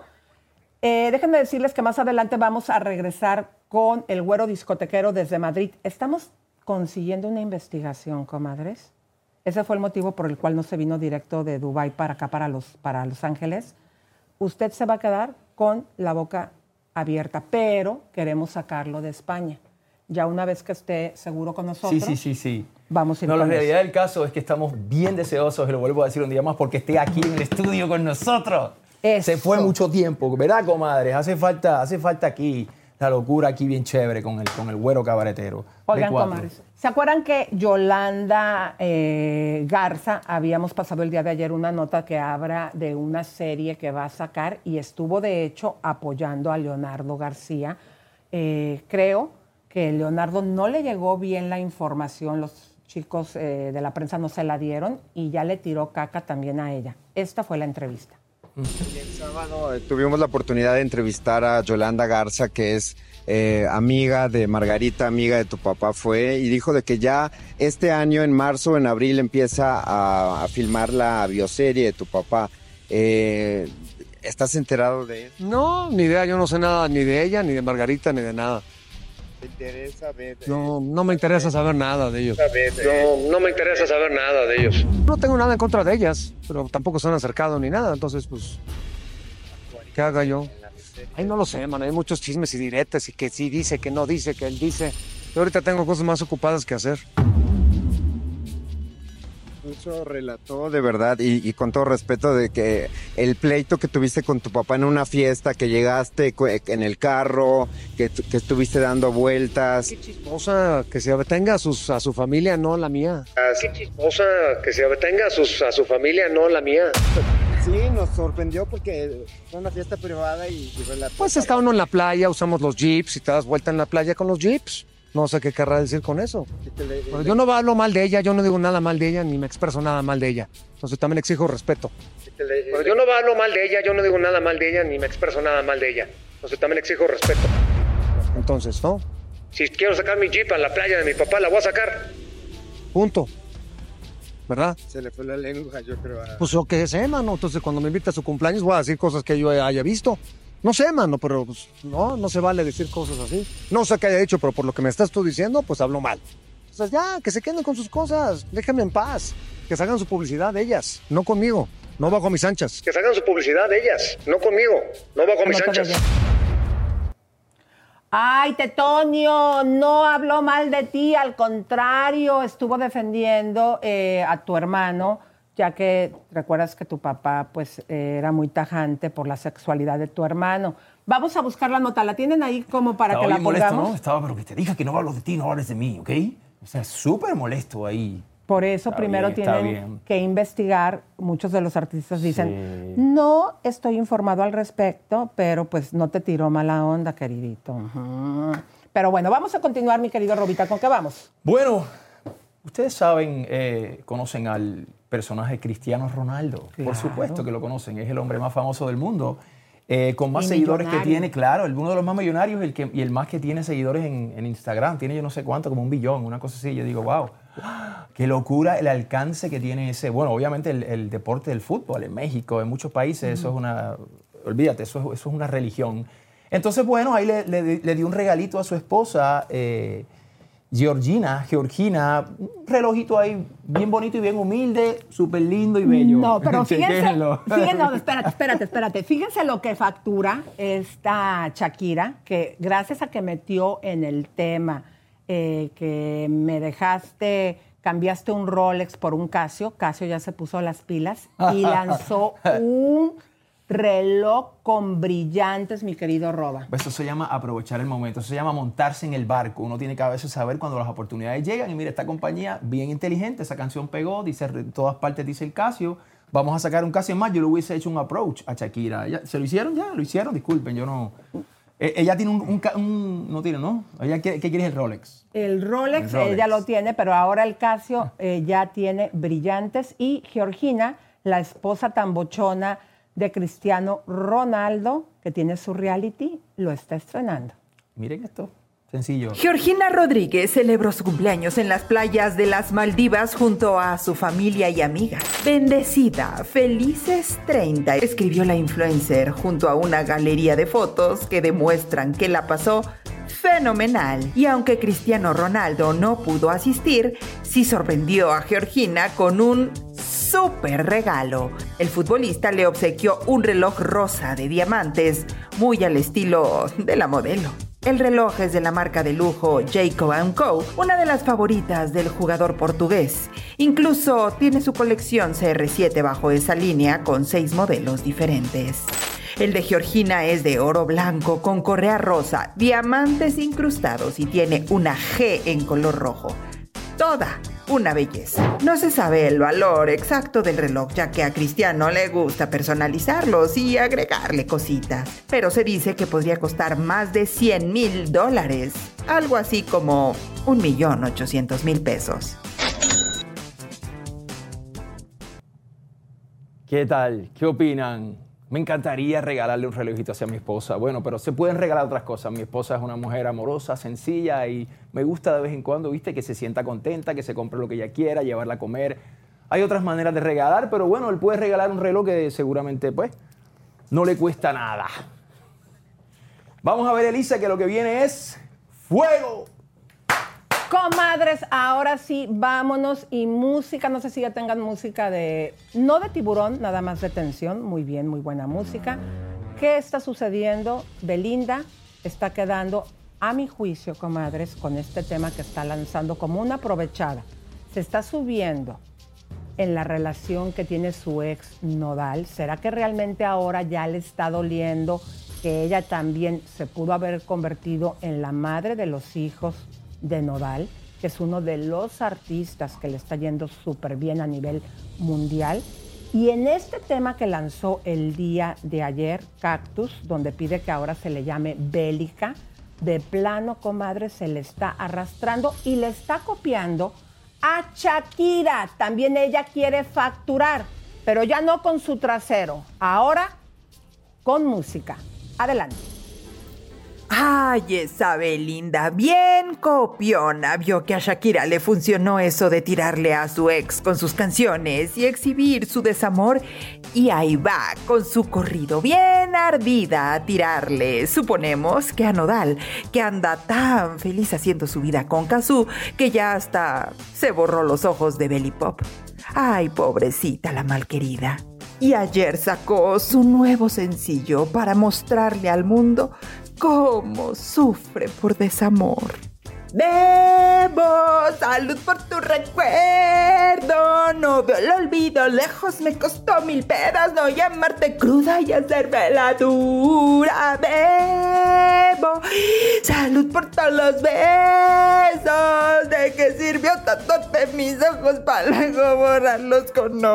Eh, déjenme decirles que más adelante vamos a regresar con el güero discotequero desde Madrid. Estamos consiguiendo una investigación, comadres. Ese fue el motivo por el cual no se vino directo de Dubái para acá, para Los, para Los Ángeles. Usted se va a quedar con la boca abierta, pero queremos sacarlo de España. Ya una vez que esté seguro con nosotros, Sí, sí, sí, sí. vamos a ir No, la con realidad eso. del caso es que estamos bien deseosos, y lo vuelvo a decir un día más, porque esté aquí en el estudio con nosotros. Eso. Se fue mucho tiempo, ¿verdad, comadres? Hace falta, hace falta aquí la locura aquí bien chévere con el, con el güero cabaretero. Oigan, De cuatro. comadres, ¿se acuerdan que Yolanda eh, Garza, habíamos pasado el día de ayer una nota que habla de una serie que va a sacar y estuvo de hecho apoyando a Leonardo García? Eh, creo que Leonardo no le llegó bien la información, los chicos eh, de la prensa no se la dieron y ya le tiró caca también a ella. Esta fue la entrevista. Y el sábado eh, tuvimos la oportunidad de entrevistar a Yolanda Garza, que es eh, amiga de Margarita, amiga de tu papá fue, y dijo de que ya este año, en marzo o en abril, empieza a, a filmar la bioserie de tu papá. Eh, ¿Estás enterado de eso? No, ni idea, yo no sé nada ni de ella, ni de Margarita, ni de nada. ¿Te interesa ver? No, no me interesa saber nada de ellos. No, no me interesa saber nada de ellos. No tengo nada en contra de ellas, pero tampoco se han acercado ni nada, entonces pues, ¿qué haga yo? Ay, no lo sé, man, hay muchos chismes y diretes, y que sí dice, que no dice, que él dice. Yo ahorita tengo cosas más ocupadas que hacer. Eso relató de verdad y, y con todo respeto de que el pleito que tuviste con tu papá en una fiesta, que llegaste cu- en el carro, que, tu- que estuviste dando vueltas. Qué chismosa, que se atenga a, sus, a su familia, no la mía. Qué chismosa, que se atenga a, sus, a su familia, no la mía. Sí, nos sorprendió porque fue una fiesta privada y, y relató. Pues está uno en la playa, usamos los jeeps y te das vuelta en la playa con los jeeps. No sé qué querrá decir con eso. Pero yo no hablo mal de ella, yo no digo nada mal de ella, ni me expreso nada mal de ella. Entonces también exijo respeto. Pero yo no hablo mal de ella, yo no digo nada mal de ella, ni me expreso nada mal de ella. Entonces también exijo respeto. Entonces, ¿no? Si quiero sacar mi jeep a la playa de mi papá, la voy a sacar. Punto. ¿Verdad? Se le fue la lengua, yo creo. A... Pues yo qué sé, mano. Entonces cuando me invita a su cumpleaños voy a decir cosas que yo haya visto. No sé, mano, pero pues, no, no se vale decir cosas así. No sé qué haya hecho, pero por lo que me estás tú diciendo, pues hablo mal. Entonces ya, que se queden con sus cosas, déjame en paz. Que se hagan su publicidad de ellas, no conmigo, no bajo mis anchas. Que se hagan su publicidad de ellas, no conmigo, no bajo mis anchas. Ay, Tetonio, no habló mal de ti, al contrario, estuvo defendiendo eh, a tu hermano, ya que recuerdas que tu papá pues eh, era muy tajante por la sexualidad de tu hermano. Vamos a buscar la nota. ¿La tienen ahí como para Estaba que la bien molesto, pongamos? ¿no? Estaba, pero que te diga que no hablo de ti, no hables de mí, ¿ok? O sea, súper molesto ahí. Por eso Está primero bien, está tienen bien. que investigar. Muchos de los artistas dicen, Sí. no estoy informado al respecto, pero pues no te tiró mala onda, queridito. Ujú. Pero bueno, vamos a continuar, mi querido Robita. ¿Con qué vamos? Bueno, ustedes saben, eh, conocen al personaje Cristiano Ronaldo. Claro. Por supuesto que lo conocen. Es el hombre más famoso del mundo. Eh, con más Y seguidores que millonario. tiene, claro, el- uno de los más millonarios el que, y el más que tiene seguidores en, en Instagram. Tiene yo no sé cuánto, como un billón, una cosa así. Yo digo, wow, qué locura el alcance que tiene ese. Bueno, obviamente el, el deporte del fútbol en México, en muchos países, eso es una. Olvídate, eso es, eso es una religión. Entonces, bueno, ahí le, le, le dio un regalito a su esposa, eh, Georgina, Georgina, un relojito ahí bien bonito y bien humilde, súper lindo y bello. No, pero fíjense, Chequénlo. fíjense, no, espérate, espérate, espérate. Fíjense lo que factura esta Shakira, que gracias a que metió en el tema eh, que me dejaste, cambiaste un Rolex por un Casio, Casio ya se puso las pilas y lanzó un reloj con brillantes, mi querido Roba. Eso se llama aprovechar el momento, eso se llama montarse en el barco. Uno tiene que a veces saber cuando las oportunidades llegan y mira, esta compañía bien inteligente, esa canción pegó, dice, en todas partes dice el Casio, vamos a sacar un Casio más. Yo le hubiese hecho un approach a Shakira. Ya, ¿se lo hicieron? Ya, lo hicieron, disculpen, yo no... Eh, ella tiene un, un, ca- un- no tiene, ¿no? Ella, ¿qué, qué quiere el Rolex? El Rolex, El Rolex. ella lo tiene, pero ahora el Casio eh, ya tiene brillantes y Georgina, la esposa tan bochona de Cristiano Ronaldo, que tiene su reality, lo está estrenando. Miren esto, sencillo. Georgina Rodríguez celebró su cumpleaños en las playas de las Maldivas junto a su familia y amigas. Bendecida, felices treinta, escribió la influencer junto a una galería de fotos que demuestran que la pasó fenomenal. Y aunque Cristiano Ronaldo no pudo asistir, sí sorprendió a Georgina con un súper regalo. El futbolista le obsequió un reloj rosa de diamantes, muy al estilo de la modelo. El reloj es de la marca de lujo Jacob and Co., una de las favoritas del jugador portugués. Incluso tiene su colección C R siete bajo esa línea con seis modelos diferentes. El de Georgina es de oro blanco con correa rosa, diamantes incrustados y tiene una G en color rojo. Toda una belleza. No se sabe el valor exacto del reloj, ya que a Cristiano le gusta personalizarlos y agregarle cositas. Pero se dice que podría costar más de cien mil dólares. Algo así como un millón ochocientos mil pesos. ¿Qué tal? ¿Qué opinan? Me encantaría regalarle un relojito hacia mi esposa. Bueno, pero se pueden regalar otras cosas. Mi esposa es una mujer amorosa, sencilla y me gusta de vez en cuando, viste, que se sienta contenta, que se compre lo que ella quiera, llevarla a comer. Hay otras maneras de regalar, pero bueno, él puede regalar un reloj que seguramente, pues, no le cuesta nada. Vamos a ver, Elisa, que lo que viene es fuego. Comadres, ahora sí, vámonos. Y música, no sé si ya tengan música de, no de tiburón, nada más de tensión. Muy bien, muy buena música. ¿Qué está sucediendo? Belinda está quedando, a mi juicio, comadres, con este tema que está lanzando como una aprovechada. Se está subiendo en la relación que tiene su ex Nodal. ¿Será que realmente ahora ya le está doliendo que ella también se pudo haber convertido en la madre de los hijos de Nodal, que es uno de los artistas que le está yendo súper bien a nivel mundial? Y en este tema que lanzó el día de ayer, Cactus, donde pide que ahora se le llame Bélica, de plano, comadre, se le está arrastrando y le está copiando a Shakira. También ella quiere facturar, pero ya no con su trasero, ahora con música. Adelante. Ay, esa Belinda, bien copiona. Vio que a Shakira le funcionó eso de tirarle a su ex con sus canciones y exhibir su desamor. Y ahí va, con su corrido bien ardida a tirarle. Suponemos que a Nodal, que anda tan feliz haciendo su vida con Cazzu, que ya hasta se borró los ojos de Belly Pop. Ay, pobrecita la malquerida. Y ayer sacó su nuevo sencillo para mostrarle al mundo cómo sufre por desamor. Bebo, salud por tu recuerdo. No veo el olvido lejos, me costó mil pedas no llamarte cruda y hacerme la dura. Bebo, salud por todos los besos. ¿De qué sirvió tatuarte mis ojos para luego borrarlos con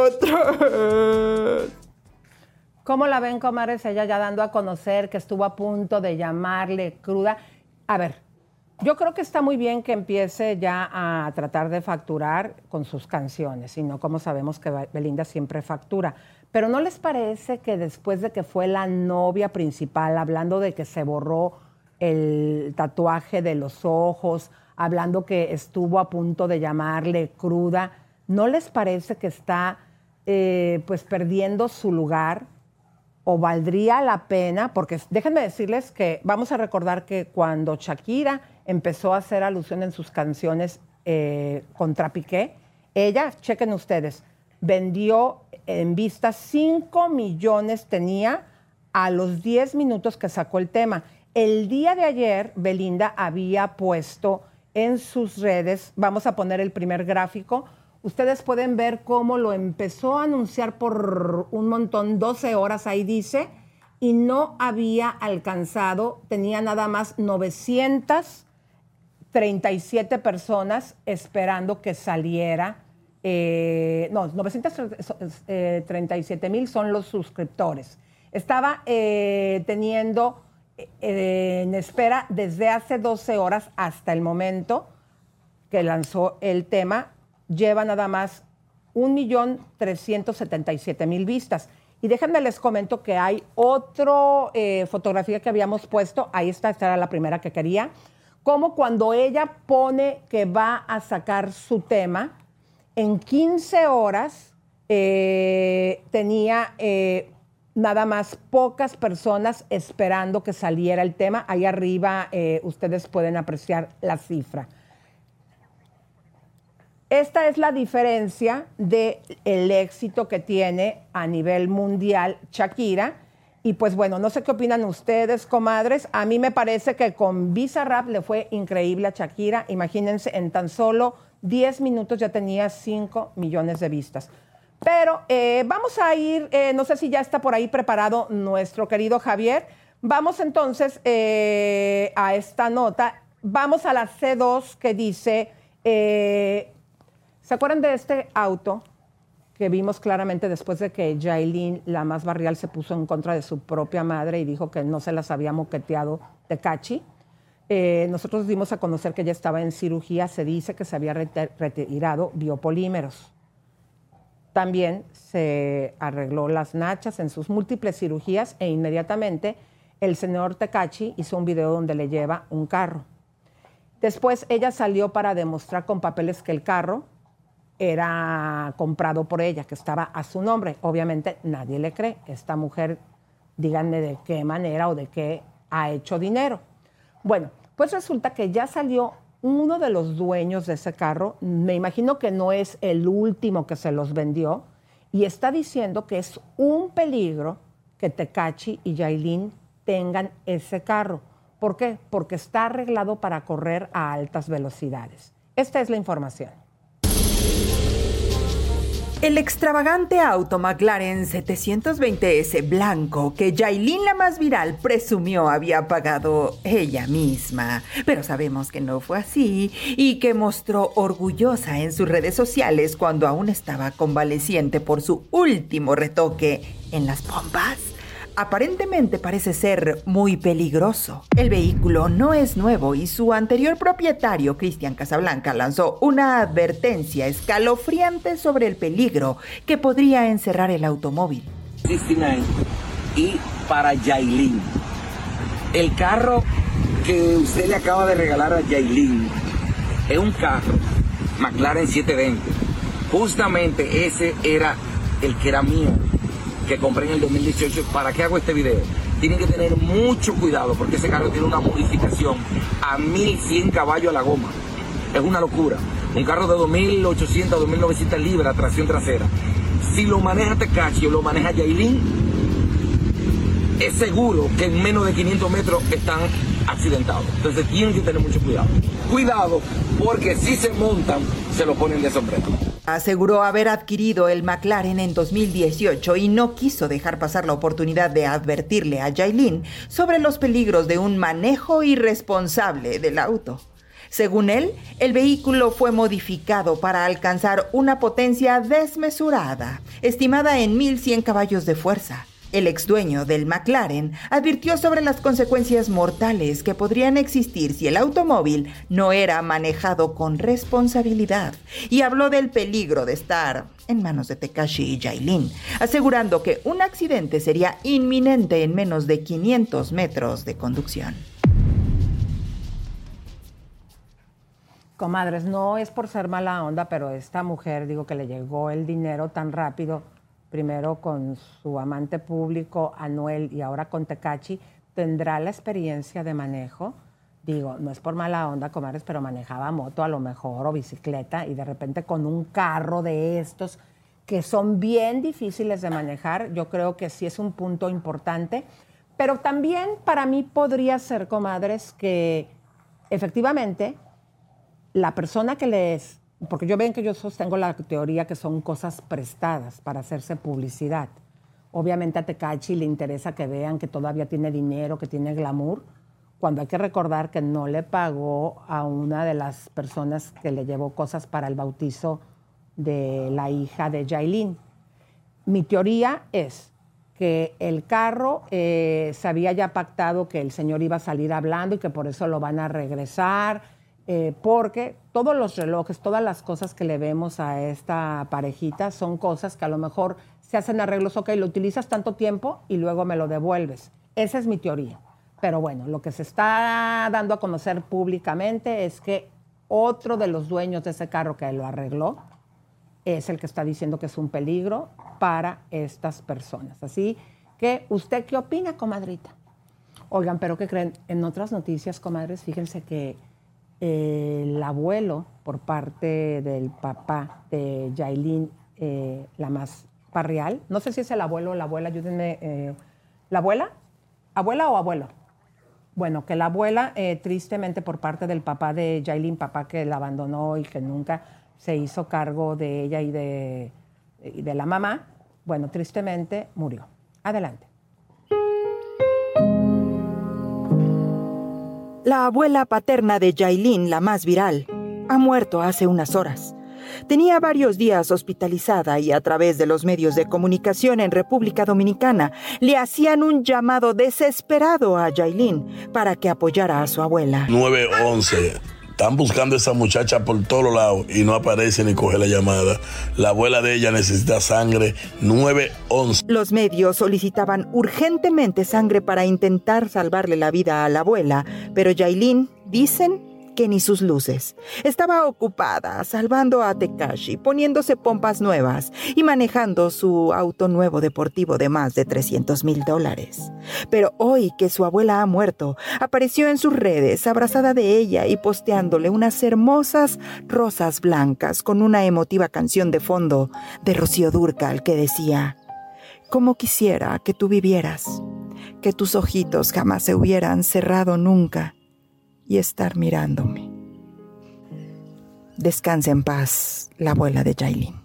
otros? ¿Cómo la ven, comadres? Ella ya dando a conocer que estuvo a punto de llamarle cruda. A ver, yo creo que está muy bien que empiece ya a tratar de facturar con sus canciones, y no como sabemos que Belinda siempre factura. Pero ¿no les parece que después de que fue la novia principal, hablando de que se borró el tatuaje de los ojos, hablando que estuvo a punto de llamarle cruda, ¿no les parece que está eh, pues perdiendo su lugar? ¿O valdría la pena? Porque déjenme decirles que vamos a recordar que cuando Shakira empezó a hacer alusión en sus canciones eh, contra Piqué, ella, chequen ustedes, vendió en vistas cinco millones, tenía a los diez minutos que sacó el tema. El día de ayer, Belinda había puesto en sus redes, vamos a poner el primer gráfico, ustedes pueden ver cómo lo empezó a anunciar por un montón, doce horas, ahí dice, y no había alcanzado, tenía nada más novecientas treinta y siete personas esperando que saliera, eh, no, novecientos treinta y siete mil son los suscriptores. Estaba eh, teniendo eh, en espera desde hace doce horas hasta el momento que lanzó el tema, lleva nada más un millón trescientos setenta y siete mil vistas. Y déjenme les comento que hay otra eh, fotografía que habíamos puesto, ahí está, esta era la primera que quería, como cuando ella pone que va a sacar su tema, en quince horas eh, tenía eh, nada más pocas personas esperando que saliera el tema. Ahí arriba eh, ustedes pueden apreciar la cifra. Esta es la diferencia del éxito que tiene a nivel mundial Shakira. Y pues bueno, no sé qué opinan ustedes, comadres. A mí me parece que con Bizarrap le fue increíble a Shakira. Imagínense, en tan solo diez minutos ya tenía cinco millones de vistas. Pero eh, vamos a ir, eh, no sé si ya está por ahí preparado nuestro querido Javier. Vamos entonces eh, a esta nota. Vamos a la C dos que dice... Eh, ¿Se acuerdan de este auto que vimos claramente después de que Yailin, la más barrial, se puso en contra de su propia madre y dijo que no se las había moqueteado Tekashi? Eh, nosotros dimos a conocer que ella estaba en cirugía, se dice que se había retirado biopolímeros. También se arregló las nachas en sus múltiples cirugías e inmediatamente el señor Tekashi hizo un video donde le lleva un carro. Después ella salió para demostrar con papeles que el carro era comprado por ella, que estaba a su nombre. Obviamente nadie le cree. Esta mujer, díganme de qué manera o de qué ha hecho dinero. Bueno, pues resulta que ya salió uno de los dueños de ese carro, me imagino que no es el último que se los vendió, y está diciendo que es un peligro que Tekashi y Yailin tengan ese carro. ¿Por qué? Porque está arreglado para correr a altas velocidades. Esta es la información. El extravagante auto McLaren setecientos veinte ese blanco que Yailin, la más viral, presumió había pagado ella misma. Pero sabemos que no fue así y que mostró orgullosa en sus redes sociales cuando aún estaba convaleciente por su último retoque en las pompas. Aparentemente parece ser muy peligroso. El vehículo no es nuevo y su anterior propietario, Cristian Casablanca, lanzó una advertencia escalofriante sobre el peligro que podría encerrar el automóvil. sesenta y nueve y para Yailin. El carro que usted le acaba de regalar a Yailin es un carro McLaren setecientos veinte. Justamente ese era el que era mío, que compré en el dos mil dieciocho. ¿Para qué hago este video? Tienen que tener mucho cuidado porque ese carro tiene una modificación a mil cien caballos a la goma. Es una locura. Un carro de dos mil ochocientas, dos mil novecientas libras, tracción trasera. Si lo maneja Tekashi o lo maneja Yailin, es seguro que en menos de quinientos metros están accidentado. Entonces tienen que tener mucho cuidado. Cuidado, porque si se montan, se lo ponen de sombrero. Aseguró haber adquirido el McLaren en dos mil dieciocho y no quiso dejar pasar la oportunidad de advertirle a Yailin sobre los peligros de un manejo irresponsable del auto. Según él, el vehículo fue modificado para alcanzar una potencia desmesurada, estimada en mil cien caballos de fuerza. El ex dueño del McLaren advirtió sobre las consecuencias mortales que podrían existir si el automóvil no era manejado con responsabilidad y habló del peligro de estar en manos de Tekashi y Yailin, asegurando que un accidente sería inminente en menos de quinientos metros de conducción. Comadres, no es por ser mala onda, pero esta mujer, digo que le llegó el dinero tan rápido, primero con su amante público, Anuel, y ahora con Tekashi, ¿tendrá la experiencia de manejo? Digo, no es por mala onda, comadres, pero manejaba moto a lo mejor o bicicleta y de repente con un carro de estos que son bien difíciles de manejar, yo creo que sí es un punto importante, pero también para mí podría ser, comadres, que efectivamente la persona que les... Porque yo ven que yo sostengo la teoría que son cosas prestadas para hacerse publicidad. Obviamente a Tekashi le interesa que vean que todavía tiene dinero, que tiene glamour, cuando hay que recordar que no le pagó a una de las personas que le llevó cosas para el bautizo de la hija de Yailin. Mi teoría es que el carro eh, se había ya pactado que el señor iba a salir hablando y que por eso lo van a regresar, Eh, porque todos los relojes, todas las cosas que le vemos a esta parejita son cosas que a lo mejor se hacen arreglos, ok, lo utilizas tanto tiempo y luego me lo devuelves. Esa es mi teoría. Pero bueno, lo que se está dando a conocer públicamente es que otro de los dueños de ese carro que lo arregló es el que está diciendo que es un peligro para estas personas. Así que, ¿usted qué opina, comadrita? Oigan, pero ¿qué creen? En otras noticias, comadres, fíjense que Eh, el abuelo, por parte del papá de Yailin, eh, la más parrial, no sé si es el abuelo o la abuela, ayúdenme, eh, ¿la abuela? ¿Abuela o abuelo? Bueno, que la abuela, eh, tristemente por parte del papá de Yailin, papá que la abandonó y que nunca se hizo cargo de ella y de, y de la mamá, bueno, tristemente murió. Adelante. La abuela paterna de Yailin, la más viral, ha muerto hace unas horas. Tenía varios días hospitalizada y a través de los medios de comunicación en República Dominicana le hacían un llamado desesperado a Yailin para que apoyara a su abuela. nueve once. Están buscando a esa muchacha por todos lados y no aparece ni coge la llamada. La abuela de ella necesita sangre. nueve once. Los medios solicitaban urgentemente sangre para intentar salvarle la vida a la abuela, pero Yailin, dicen que ni sus luces. Estaba ocupada salvando a Tekashi, poniéndose pompas nuevas y manejando su auto nuevo deportivo de más de trescientos mil dólares. Pero hoy que su abuela ha muerto, apareció en sus redes abrazada de ella y posteándole unas hermosas rosas blancas con una emotiva canción de fondo de Rocío Dúrcal que decía: «Cómo quisiera que tú vivieras, que tus ojitos jamás se hubieran cerrado nunca y estar mirándome». Descanse en paz, la abuela de Yailin.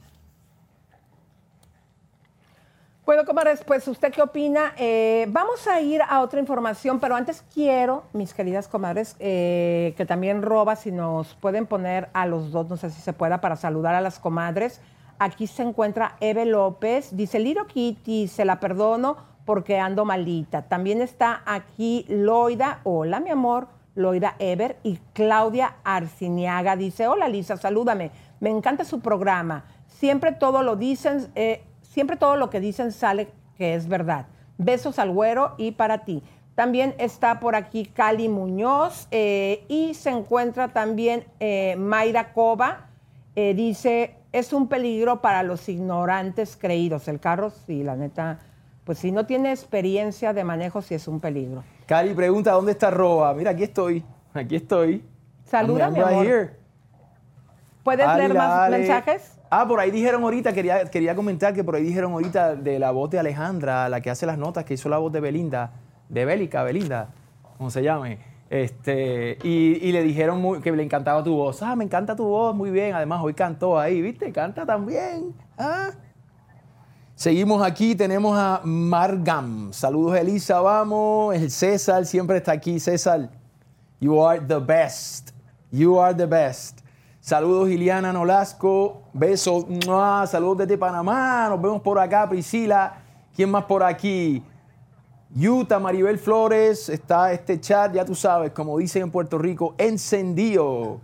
Bueno, comadres, pues, ¿usted qué opina? Eh, vamos a ir a otra información, pero antes quiero, mis queridas comadres, eh, que también Roba, si nos pueden poner a los dos, no sé si se pueda, para saludar a las comadres. Aquí se encuentra Eve López, dice: Little Kitty, se la perdono porque ando malita. También está aquí Loida, hola mi amor, Loida Ever, y Claudia Arciniaga dice: hola Lisa, salúdame, me encanta su programa, siempre todo lo dicen, eh, siempre todo lo que dicen sale que es verdad. Besos al güero y para ti. También está por aquí Cali Muñoz eh, y se encuentra también eh, Mayra Cova, eh, dice: es un peligro para los ignorantes creídos. El carro, sí, la neta, pues si no tiene experiencia de manejo, sí es un peligro. Cali pregunta: ¿dónde está Roba? Mira, aquí estoy, aquí estoy. Saluda, mi amor. Right. ¿Puedes Ale, leer más Ale. mensajes? Ah, por ahí dijeron ahorita, quería, quería comentar que por ahí dijeron ahorita de la voz de Alejandra, la que hace las notas, que hizo la voz de Belinda, de Bélica, Belinda, como se llame. Este, y, y le dijeron muy, que le encantaba tu voz. Ah, me encanta tu voz, muy bien. Además, hoy cantó ahí, ¿viste? Canta también. Ah. Seguimos aquí, tenemos a Margam. Saludos, Elisa, vamos. El César siempre está aquí. César, you are the best. You are the best. Saludos, Iliana Nolasco. Besos. ¡Mua! Saludos desde Panamá. Nos vemos por acá, Priscila. ¿Quién más por aquí? Yuta, Maribel Flores, está este chat, ya tú sabes, como dicen en Puerto Rico, encendido.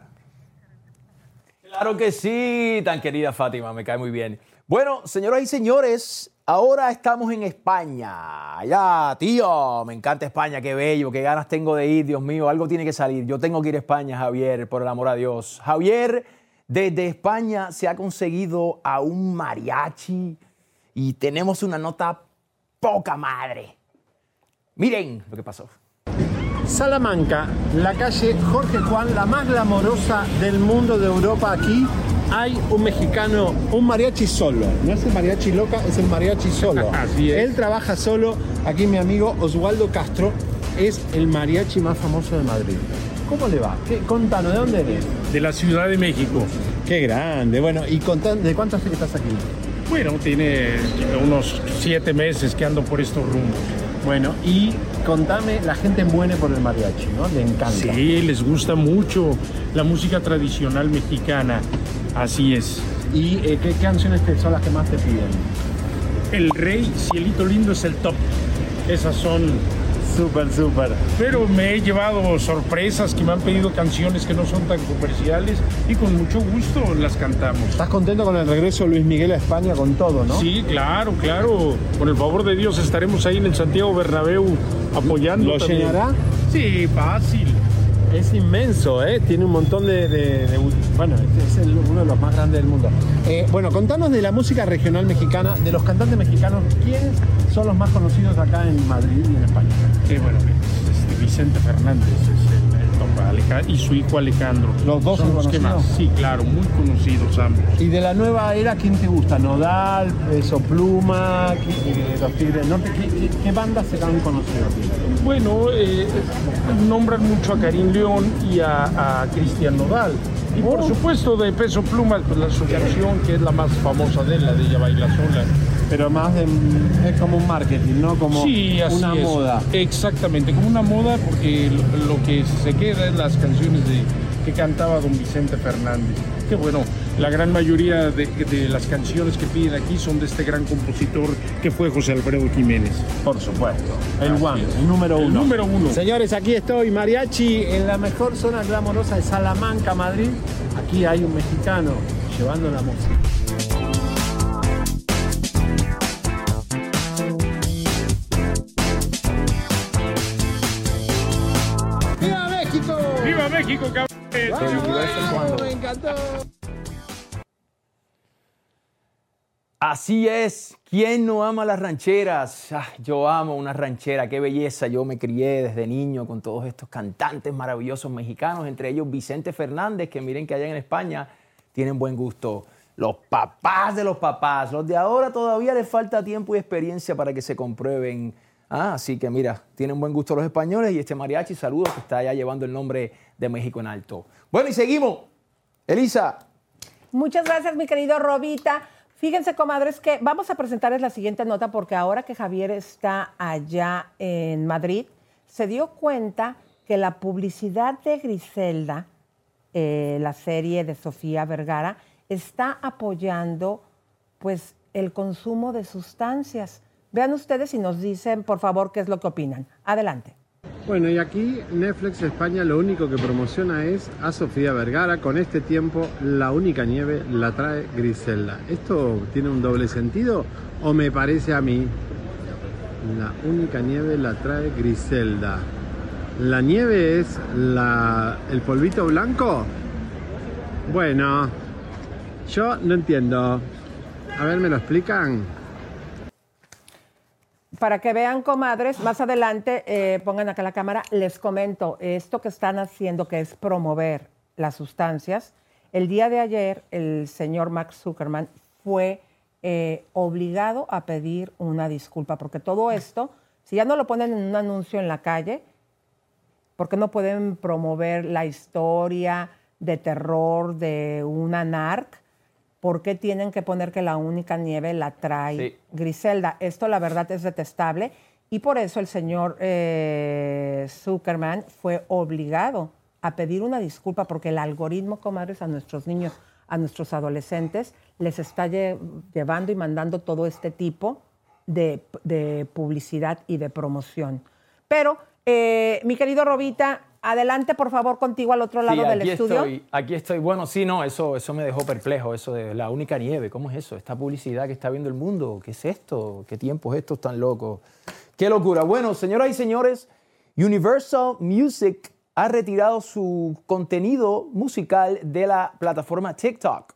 Claro que sí, tan querida Fátima, me cae muy bien. Bueno, señoras y señores, ahora estamos en España. Ya, tío, me encanta España, qué bello, qué ganas tengo de ir, Dios mío, algo tiene que salir. Yo tengo que ir a España, Javier, por el amor a Dios. Javier, desde España se ha conseguido a un mariachi y tenemos una nota poca madre. Miren lo que pasó. Salamanca, la calle Jorge Juan, la más glamorosa del mundo, de Europa. Aquí hay un mexicano, un mariachi solo. No es el mariachi loca, es el mariachi solo. Así es. Él trabaja solo. Aquí mi amigo Oswaldo Castro es el mariachi más famoso de Madrid. ¿Cómo le va? ¿Qué, contanos, ¿de dónde eres? De la Ciudad de México. Qué grande. Bueno, y contan, ¿de cuánto hace que estás aquí? Bueno, tiene unos siete meses que ando por estos rumbos. Bueno, y contame, la gente muere por el mariachi, ¿no? Le encanta. Sí, les gusta mucho la música tradicional mexicana, así es. ¿Y eh, qué canciones son las que más te piden? El Rey, Cielito Lindo es el top. Esas son... Súper, súper. Pero me he llevado sorpresas que me han pedido canciones que no son tan comerciales y con mucho gusto las cantamos. ¿Estás contento con el regreso de Luis Miguel a España con todo, no? Sí, claro, claro. Con el favor de Dios estaremos ahí en el Santiago Bernabéu apoyando. ¿Lo también. llenará? Sí, fácil. Es inmenso, ¿eh? Tiene un montón de... de, de bueno, es el, uno de los más grandes del mundo. Eh, bueno, contanos de la música regional mexicana, de los cantantes mexicanos. ¿Quiénes son los más conocidos acá en Madrid y en España? Eh, bueno, este Vicente Fernández es el, el top, Alejandro, y su hijo Alejandro. ¿Los dos son los que más? Sí, claro, muy conocidos ambos. ¿Y de la nueva era quién te gusta? ¿Nodal, Peso Pluma, eh, Los Tigres del Norte? ¿Qué, qué, qué bandas se han conocido aquí? Bueno, eh, nombran mucho a Karim León y a, a Cristian Nodal. Y por oh. supuesto de Peso Pluma, pues la, su canción que es la más famosa de él, la de Ella Baila Sola. Pero más de, es como un marketing, ¿no? Como sí, así una es. moda. Exactamente, como una moda, porque lo, lo que se queda es las canciones de, que cantaba don Vicente Fernández. Que bueno, la gran mayoría de, de las canciones que piden aquí son de este gran compositor que fue José Alfredo Jiménez. Por supuesto, el one, el número uno. El número uno. Señores, aquí estoy, mariachi, en la mejor zona glamorosa de Salamanca, Madrid. Aquí hay un mexicano llevando la música. ¡Viva México! ¡Viva México, cabrón! Wow, me encantó. Así es. ¿Quién no ama las rancheras? Ah, yo amo una ranchera, qué belleza. Yo me crié desde niño con todos estos cantantes maravillosos mexicanos, entre ellos Vicente Fernández, que miren que allá en España tienen buen gusto. Los papás de los papás, los de ahora todavía les falta tiempo y experiencia para que se comprueben. Ah, así que mira, tienen buen gusto los españoles y este mariachi, saludos, que está ya llevando el nombre de México en alto. Bueno, y seguimos. Elisa. Muchas gracias, mi querido Robita. Fíjense, comadres, que vamos a presentarles la siguiente nota porque ahora que Javier está allá en Madrid, se dio cuenta que la publicidad de Griselda, eh, la serie de Sofía Vergara, está apoyando pues el consumo de sustancias. Vean ustedes y nos dicen, por favor, qué es lo que opinan. Adelante. Bueno, y aquí Netflix España lo único que promociona es a Sofía Vergara. Con este tiempo, la única nieve la trae Griselda. ¿Esto tiene un doble sentido o me parece a mí? La única nieve la trae Griselda. ¿La nieve es la, el polvito blanco? Bueno, yo no entiendo. A ver, ¿me lo explican? Para que vean, comadres, más adelante, eh, pongan acá la cámara, les comento, esto que están haciendo, que es promover las sustancias, el día de ayer el señor Mark Zuckerman fue eh, obligado a pedir una disculpa, porque todo esto, si ya no lo ponen en un anuncio en la calle, ¿Por qué no pueden promover la historia de terror de una narc? ¿Por qué tienen que poner que la única nieve la trae sí. Griselda? Esto la verdad es detestable y por eso el señor eh, Zuckerman fue obligado a pedir una disculpa porque el algoritmo, comadres, a nuestros niños, a nuestros adolescentes, les está lle- llevando y mandando todo este tipo de, de publicidad y de promoción. Pero, eh, mi querido Robita, adelante, por favor, contigo al otro lado sí, del aquí estudio. Estoy, aquí estoy. Bueno, sí, no, eso, eso me dejó perplejo, eso de la única nieve. ¿Cómo es eso? Esta publicidad que está viendo el mundo. ¿Qué es esto? ¿Qué tiempos estos tan locos? ¡Qué locura! Bueno, señoras y señores, Universal Music ha retirado su contenido musical de la plataforma TikTok.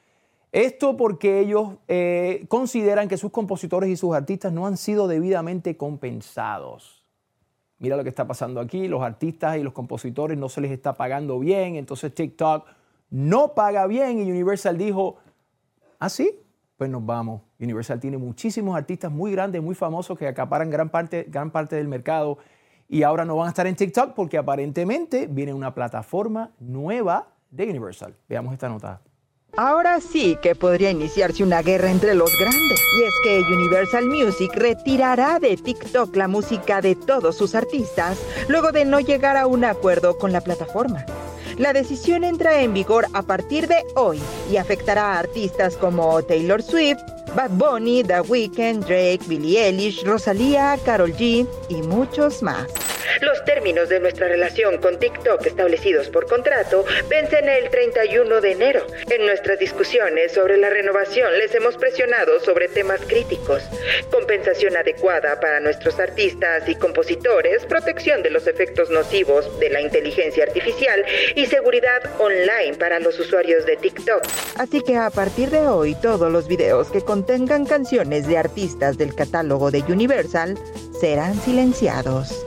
Esto porque ellos eh, consideran que sus compositores y sus artistas no han sido debidamente compensados. Mira lo que está pasando aquí, los artistas y los compositores no se les está pagando bien, entonces TikTok no paga bien y Universal dijo, ¿ah, sí? Pues nos vamos. Universal tiene muchísimos artistas muy grandes, muy famosos que acaparan gran parte, gran parte del mercado y ahora no van a estar en TikTok porque aparentemente viene una plataforma nueva de Universal. Veamos esta nota. Ahora sí que podría iniciarse una guerra entre los grandes. Y es que Universal Music retirará de TikTok la música de todos sus artistas luego de no llegar a un acuerdo con la plataforma. La decisión entra en vigor a partir de hoy y afectará a artistas como Taylor Swift, Bad Bunny, The Weeknd, Drake, Billie Eilish, Rosalía, Karol G y muchos más. Los términos de nuestra relación con TikTok establecidos por contrato vencen el treinta y uno de enero. En nuestras discusiones sobre la renovación les hemos presionado sobre temas críticos: compensación adecuada para nuestros artistas y compositores, protección de los efectos nocivos de la inteligencia artificial y seguridad online para los usuarios de TikTok. Así que a partir de hoy, todos los videos que contengan canciones de artistas del catálogo de Universal serán silenciados.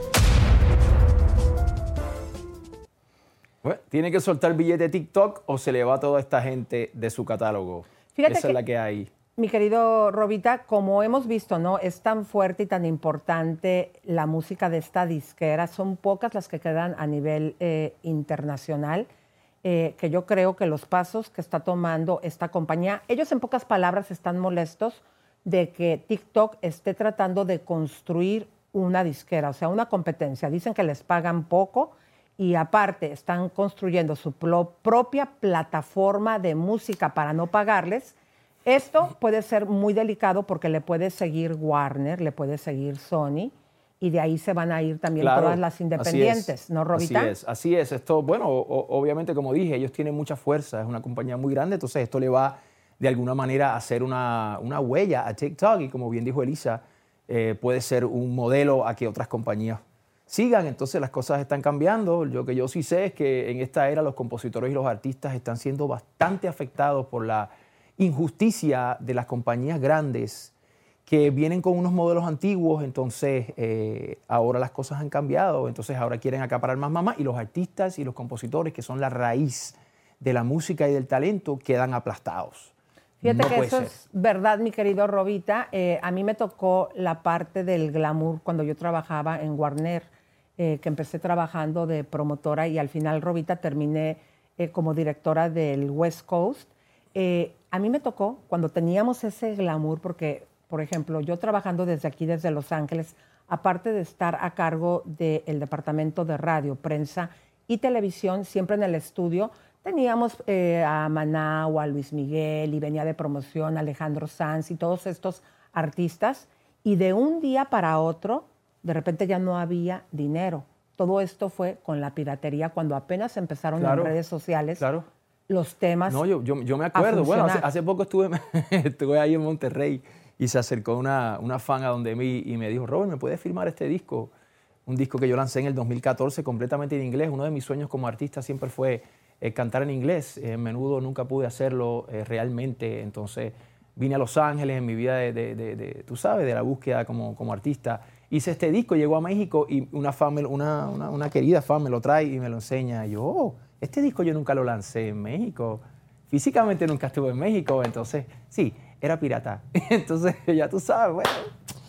Bueno, tiene que soltar billete de TikTok o se le va toda esta gente de su catálogo. Fíjate Esa que, es la que hay. Mi querido Robita, como hemos visto, ¿no? Es tan fuerte y tan importante la música de esta disquera. Son pocas las que quedan a nivel eh, internacional, eh, que yo creo que los pasos que está tomando esta compañía, ellos en pocas palabras están molestos de que TikTok esté tratando de construir una disquera, o sea, una competencia. Dicen que les pagan poco y aparte están construyendo su propia plataforma de música para no pagarles. Esto puede ser muy delicado porque le puede seguir Warner, le puede seguir Sony y de ahí se van a ir también Claro, todas las independientes, ¿no, Robita? Así es, así es. Esto, bueno, o, obviamente, como dije, ellos tienen mucha fuerza, es una compañía muy grande, entonces esto le va de alguna manera a hacer una, una huella a TikTok y como bien dijo Elisa, eh, puede ser un modelo a que otras compañías sigan, entonces las cosas están cambiando. Lo que yo sí sé es que en esta era los compositores y los artistas están siendo bastante afectados por la injusticia de las compañías grandes que vienen con unos modelos antiguos, entonces eh, ahora las cosas han cambiado, entonces ahora quieren acaparar más mamás y los artistas y los compositores, que son la raíz de la música y del talento, quedan aplastados. Fíjate No que puede eso ser. es verdad, mi querido Robita. Eh, a mí me tocó la parte del glamour cuando yo trabajaba en Warner, eh, que empecé trabajando de promotora y al final, Robita, terminé eh, como directora del West Coast. Eh, a mí me tocó cuando teníamos ese glamour, porque, por ejemplo, yo trabajando desde aquí, desde Los Ángeles, aparte de estar a cargo del departamento de radio, prensa y televisión, siempre en el estudio, teníamos eh, a Maná o a Luis Miguel y venía de promoción Alejandro Sanz y todos estos artistas y de un día para otro, de repente ya no había dinero. Todo esto fue con la piratería cuando apenas empezaron Claro, en redes sociales claro. los temas. No, yo, yo, yo me acuerdo. Bueno, hace, hace poco estuve, estuve ahí en Monterrey y se acercó una, una fan a donde mí y me dijo, Robert, ¿me puedes firmar este disco? Un disco que yo lancé en el dos mil catorce completamente en inglés. Uno de mis sueños como artista siempre fue eh, cantar en inglés. En eh, menudo nunca pude hacerlo eh, realmente. Entonces vine a Los Ángeles en mi vida de, de, de, de tú sabes, de la búsqueda como, como artista. Hice este disco, llegó a México y una, fan me, una, una, una querida fan me lo trae y me lo enseña. Y yo, oh, este disco yo nunca lo lancé en México. Físicamente nunca estuve en México. Entonces, sí, era pirata. Entonces, ya tú sabes, bueno.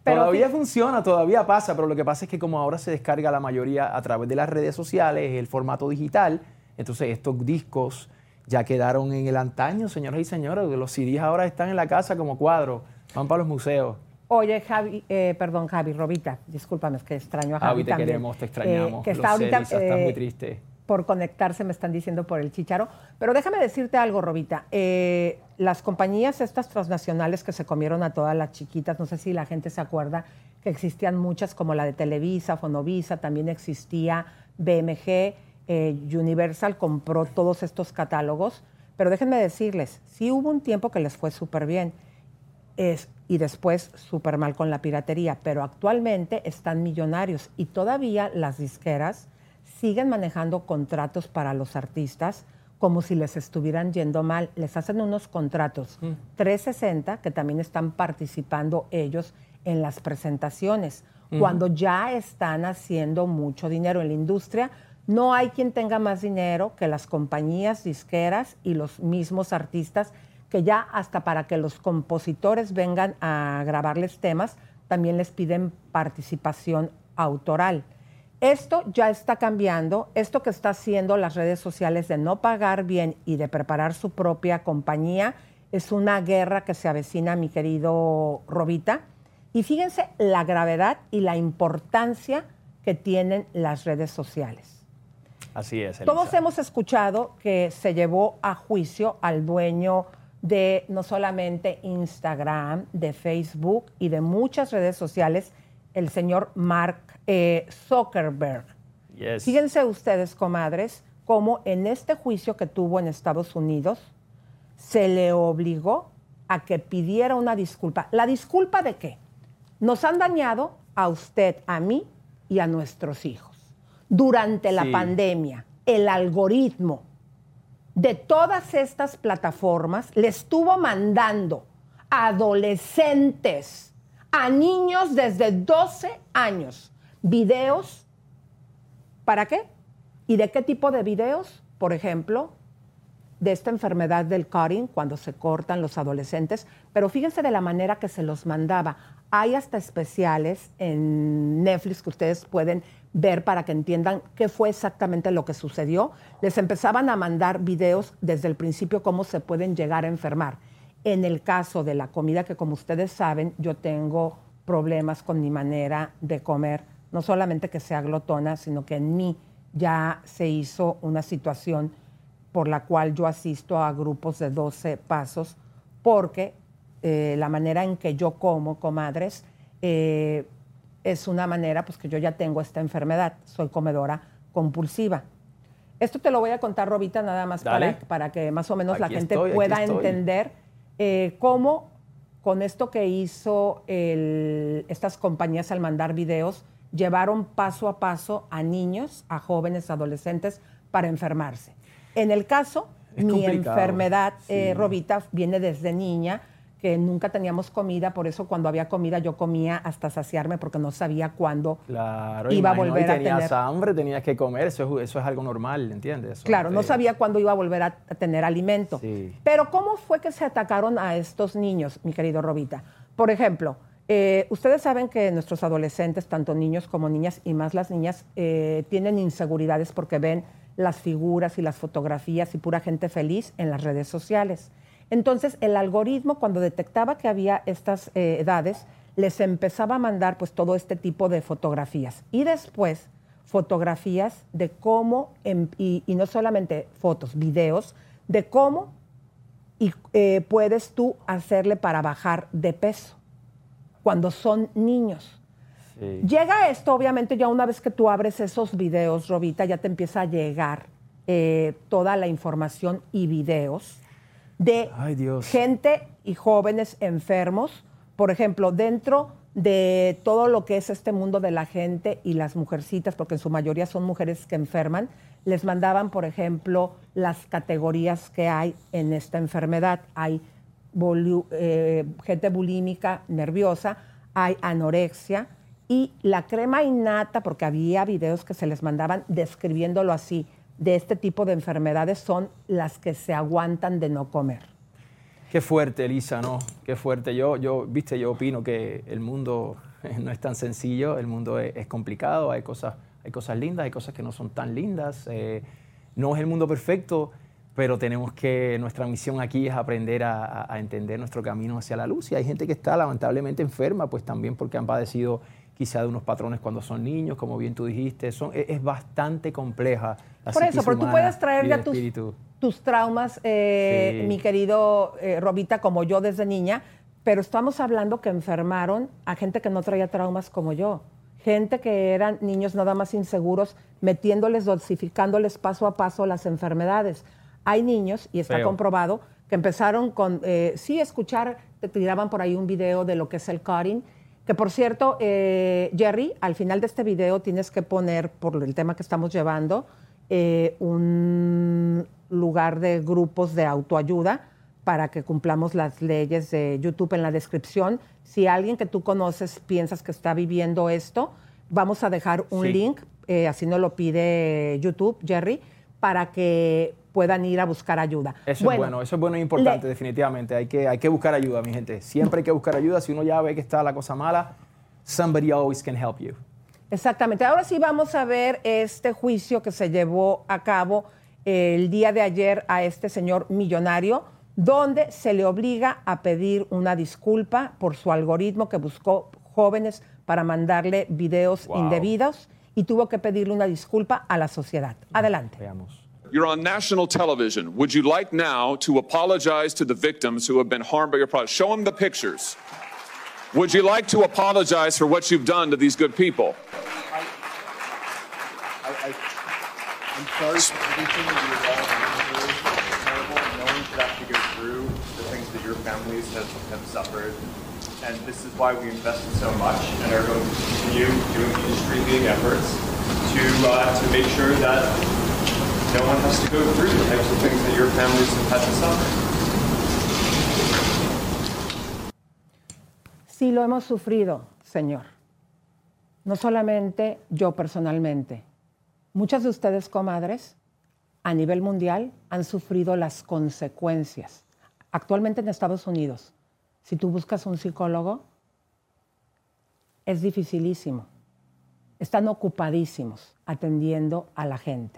Pero todavía sí, funciona, todavía pasa, pero lo que pasa es que como ahora se descarga la mayoría a través de las redes sociales, el formato digital, entonces estos discos ya quedaron en el antaño, señoras y señores. Los C Ds ahora están en la casa como cuadros, van para los museos. Oye, Javi, eh, perdón, Javi, Robita, discúlpame, es que extraño a Javi, Javi, te también. queremos, te extrañamos. Eh, que Lo está sé, ahorita Lisa, estás eh, muy triste. por conectarse, me están diciendo por el chícharo. Pero déjame decirte algo, Robita. Eh, las compañías estas transnacionales que se comieron a todas las chiquitas, no sé si la gente se acuerda que existían muchas como la de Televisa, Fonovisa, también existía B M G, eh, Universal compró todos estos catálogos. Pero déjenme decirles, sí hubo un tiempo que les fue súper bien. Es, y después súper mal con la piratería, pero actualmente están millonarios y todavía las disqueras siguen manejando contratos para los artistas como si les estuvieran yendo mal. Les hacen unos contratos mm. trescientos sesenta que también están participando ellos en las presentaciones, mm. cuando ya están haciendo mucho dinero en la industria. No hay quien tenga más dinero que las compañías disqueras y los mismos artistas, que ya hasta para que los compositores vengan a grabarles temas, también les piden participación autoral. Esto ya está cambiando. Esto que está haciendo las redes sociales de no pagar bien y de preparar su propia compañía es una guerra que se avecina, mi querido Robita. Y fíjense la gravedad y la importancia que tienen las redes sociales. Así es, Elisa. Todos hemos escuchado que se llevó a juicio al dueño de no solamente Instagram, de Facebook y de muchas redes sociales, el señor Mark eh, Zuckerberg. Yes. Fíjense ustedes, comadres, cómo en este juicio que tuvo en Estados Unidos se le obligó a que pidiera una disculpa. ¿La disculpa de qué? Nos han dañado a usted, a mí y a nuestros hijos. Durante la Sí. pandemia, el algoritmo de todas estas plataformas le estuvo mandando a adolescentes, a niños desde doce años, videos. ¿Para qué? ¿Y de qué tipo de videos? Por ejemplo, de esta enfermedad del cutting, cuando se cortan los adolescentes. Pero fíjense de la manera que se los mandaba. Hay hasta especiales en Netflix que ustedes pueden ver para que entiendan qué fue exactamente lo que sucedió. Les empezaban a mandar videos desde el principio cómo se pueden llegar a enfermar. En el caso de la comida, que como ustedes saben, yo tengo problemas con mi manera de comer. No solamente que sea glotona, sino que en mí ya se hizo una situación por la cual yo asisto a grupos de doce pasos, porque eh, la manera en que yo como, comadres, eh, es una manera pues que yo ya tengo esta enfermedad, soy comedora compulsiva. Esto te lo voy a contar, Robita, nada más para, para que más o menos Aquí la gente estoy, aquí pueda estoy. entender eh, cómo con esto que hizo el, estas compañías al mandar videos, llevaron paso a paso a niños, a jóvenes, adolescentes, para enfermarse. En el caso, Es mi complicado, enfermedad, sí. eh, Robita, viene desde niña, que nunca teníamos comida, por eso cuando había comida yo comía hasta saciarme porque no sabía cuándo Claro, iba a imagino, volver y a tenías tener. hambre, tenías que comer, eso, es- eso es algo normal, ¿entiendes? Eso, Claro, no eh, sabía cuándo iba a volver a, a tener alimento. Sí. Pero ¿cómo fue que se atacaron a estos niños, mi querido Robita? Por ejemplo, eh, ustedes saben que nuestros adolescentes, tanto niños como niñas, y más las niñas, eh, tienen inseguridades porque ven las figuras y las fotografías y pura gente feliz en las redes sociales. Entonces, el algoritmo, cuando detectaba que había estas eh, edades, les empezaba a mandar pues todo este tipo de fotografías. Y después, fotografías de cómo, em- y, y no solamente fotos, videos, de cómo y, eh, puedes tú hacerle para bajar de peso cuando son niños. Sí. Llega esto, obviamente, ya una vez que tú abres esos videos, Robita, ya te empieza a llegar eh, toda la información y videos de Ay, Dios. gente y jóvenes enfermos. Por ejemplo, dentro de todo lo que es este mundo de la gente y las mujercitas, porque en su mayoría son mujeres que enferman, les mandaban, por ejemplo, las categorías que hay en esta enfermedad. Hay bolu- eh, gente bulímica nerviosa, hay anorexia y la crema innata, porque había videos que se les mandaban describiéndolo así, de este tipo de enfermedades son las que se aguantan de no comer. Qué fuerte, Elisa, ¿no? Qué fuerte. Yo, yo, viste, yo opino que el mundo no es tan sencillo, el mundo es, es complicado, hay cosas, hay cosas lindas, hay cosas que no son tan lindas. Eh, no es el mundo perfecto, pero tenemos que, nuestra misión aquí es aprender a, a entender nuestro camino hacia la luz. Y hay gente que está lamentablemente enferma, pues también porque han padecido quizá de unos patrones cuando son niños, como bien tú dijiste. Son, es, es bastante compleja la Por eso, porque tú puedes traer ya tus, tus traumas, eh, Sí. mi querido eh, Robita, como yo desde niña, pero estamos hablando que enfermaron a gente que no traía traumas como yo. Gente que eran niños nada más inseguros, metiéndoles, dosificándoles paso a paso las enfermedades. Hay niños, y está Feo. comprobado, que empezaron con, eh, sí, escuchar, te tiraban por ahí un video de lo que es el cutting, que por cierto, eh, Jerry, al final de este video tienes que poner, por el tema que estamos llevando, eh, un lugar de grupos de autoayuda para que cumplamos las leyes de YouTube en la descripción. Si alguien que tú conoces piensas que está viviendo esto, vamos a dejar un Sí. link, eh, así nos lo pide YouTube, Jerry, para que puedan ir a buscar ayuda. Eso es bueno, eso es bueno y importante, definitivamente. Hay que, hay que buscar ayuda, mi gente. Siempre hay que buscar ayuda. Si uno ya ve que está la cosa mala, somebody always can help you. Exactamente. Ahora sí vamos a ver este juicio que se llevó a cabo el día de ayer a este señor millonario, donde se le obliga a pedir una disculpa por su algoritmo que buscó jóvenes para mandarle videos Wow. indebidos y tuvo que pedirle una disculpa a la sociedad. Adelante. Veamos. You're on national television. Would you like now to apologize to the victims who have been harmed by your product? Show them the pictures. Would you like to apologize for what you've done to these good people? I, I, I'm sorry for everything that you've all been through. It's terrible. No one should have to go through the things that your families have, have suffered. And this is why we invested so much and are going to continue doing industry-leading efforts to, uh, to make sure that no one has to go through the types of things that your families have had to suffer. Sí lo hemos sufrido, señor. No solamente yo personalmente. Muchas de ustedes, comadres, a nivel mundial han sufrido las consecuencias. Actualmente en Estados Unidos, si tú buscas un psicólogo, es dificilísimo. Están ocupadísimos atendiendo a la gente.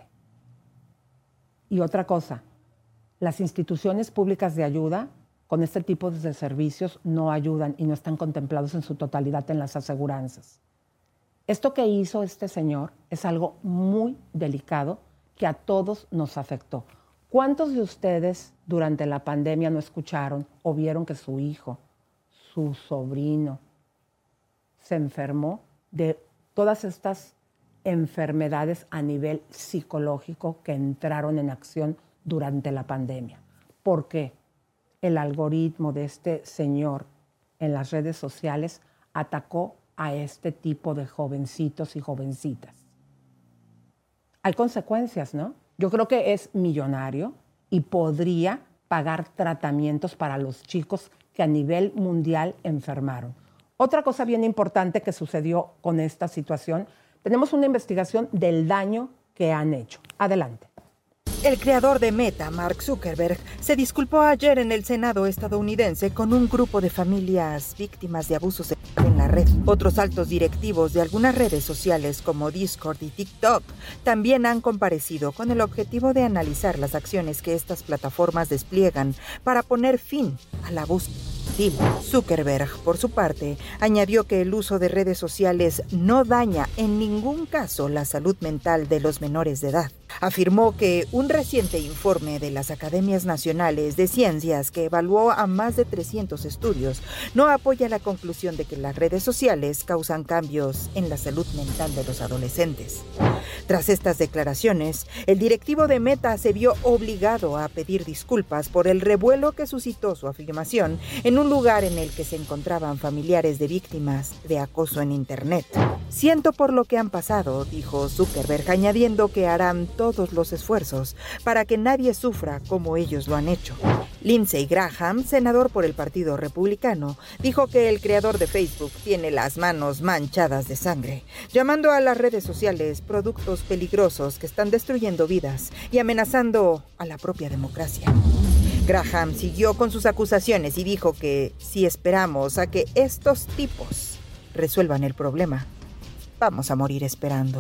Y otra cosa, las instituciones públicas de ayuda con este tipo de servicios no ayudan y no están contemplados en su totalidad en las aseguranzas. Esto que hizo este señor es algo muy delicado que a todos nos afectó. ¿Cuántos de ustedes durante la pandemia no escucharon o vieron que su hijo, su sobrino, se enfermó de todas estas enfermedades a nivel psicológico que entraron en acción durante la pandemia? ¿Por qué? El algoritmo de este señor en las redes sociales atacó a este tipo de jovencitos y jovencitas. Hay consecuencias, ¿no? Yo creo que es millonario y podría pagar tratamientos para los chicos que a nivel mundial enfermaron. Otra cosa bien importante que sucedió con esta situación, tenemos una investigación del daño que han hecho. Adelante. El creador de Meta, Mark Zuckerberg, se disculpó ayer en el Senado estadounidense con un grupo de familias víctimas de abusos en la red. Otros altos directivos de algunas redes sociales como Discord y TikTok también han comparecido con el objetivo de analizar las acciones que estas plataformas despliegan para poner fin al abuso. Zuckerberg, por su parte, añadió que el uso de redes sociales no daña en ningún caso la salud mental de los menores de edad. Afirmó que un reciente informe de las Academias Nacionales de Ciencias que evaluó a más de trescientos estudios no apoya la conclusión de que las redes sociales causan cambios en la salud mental de los adolescentes. Tras estas declaraciones, el directivo de Meta se vio obligado a pedir disculpas por el revuelo que suscitó su afirmación en un lugar en el que se encontraban familiares de víctimas de acoso en Internet. Siento por lo que han pasado, dijo Zuckerberg, añadiendo que harán todos los esfuerzos para que nadie sufra como ellos lo han hecho. Lindsey Graham, senador por el Partido Republicano, dijo que el creador de Facebook tiene las manos manchadas de sangre, llamando a las redes sociales productos peligrosos que están destruyendo vidas y amenazando a la propia democracia. Graham siguió con sus acusaciones y dijo que si esperamos a que estos tipos resuelvan el problema, vamos a morir esperando.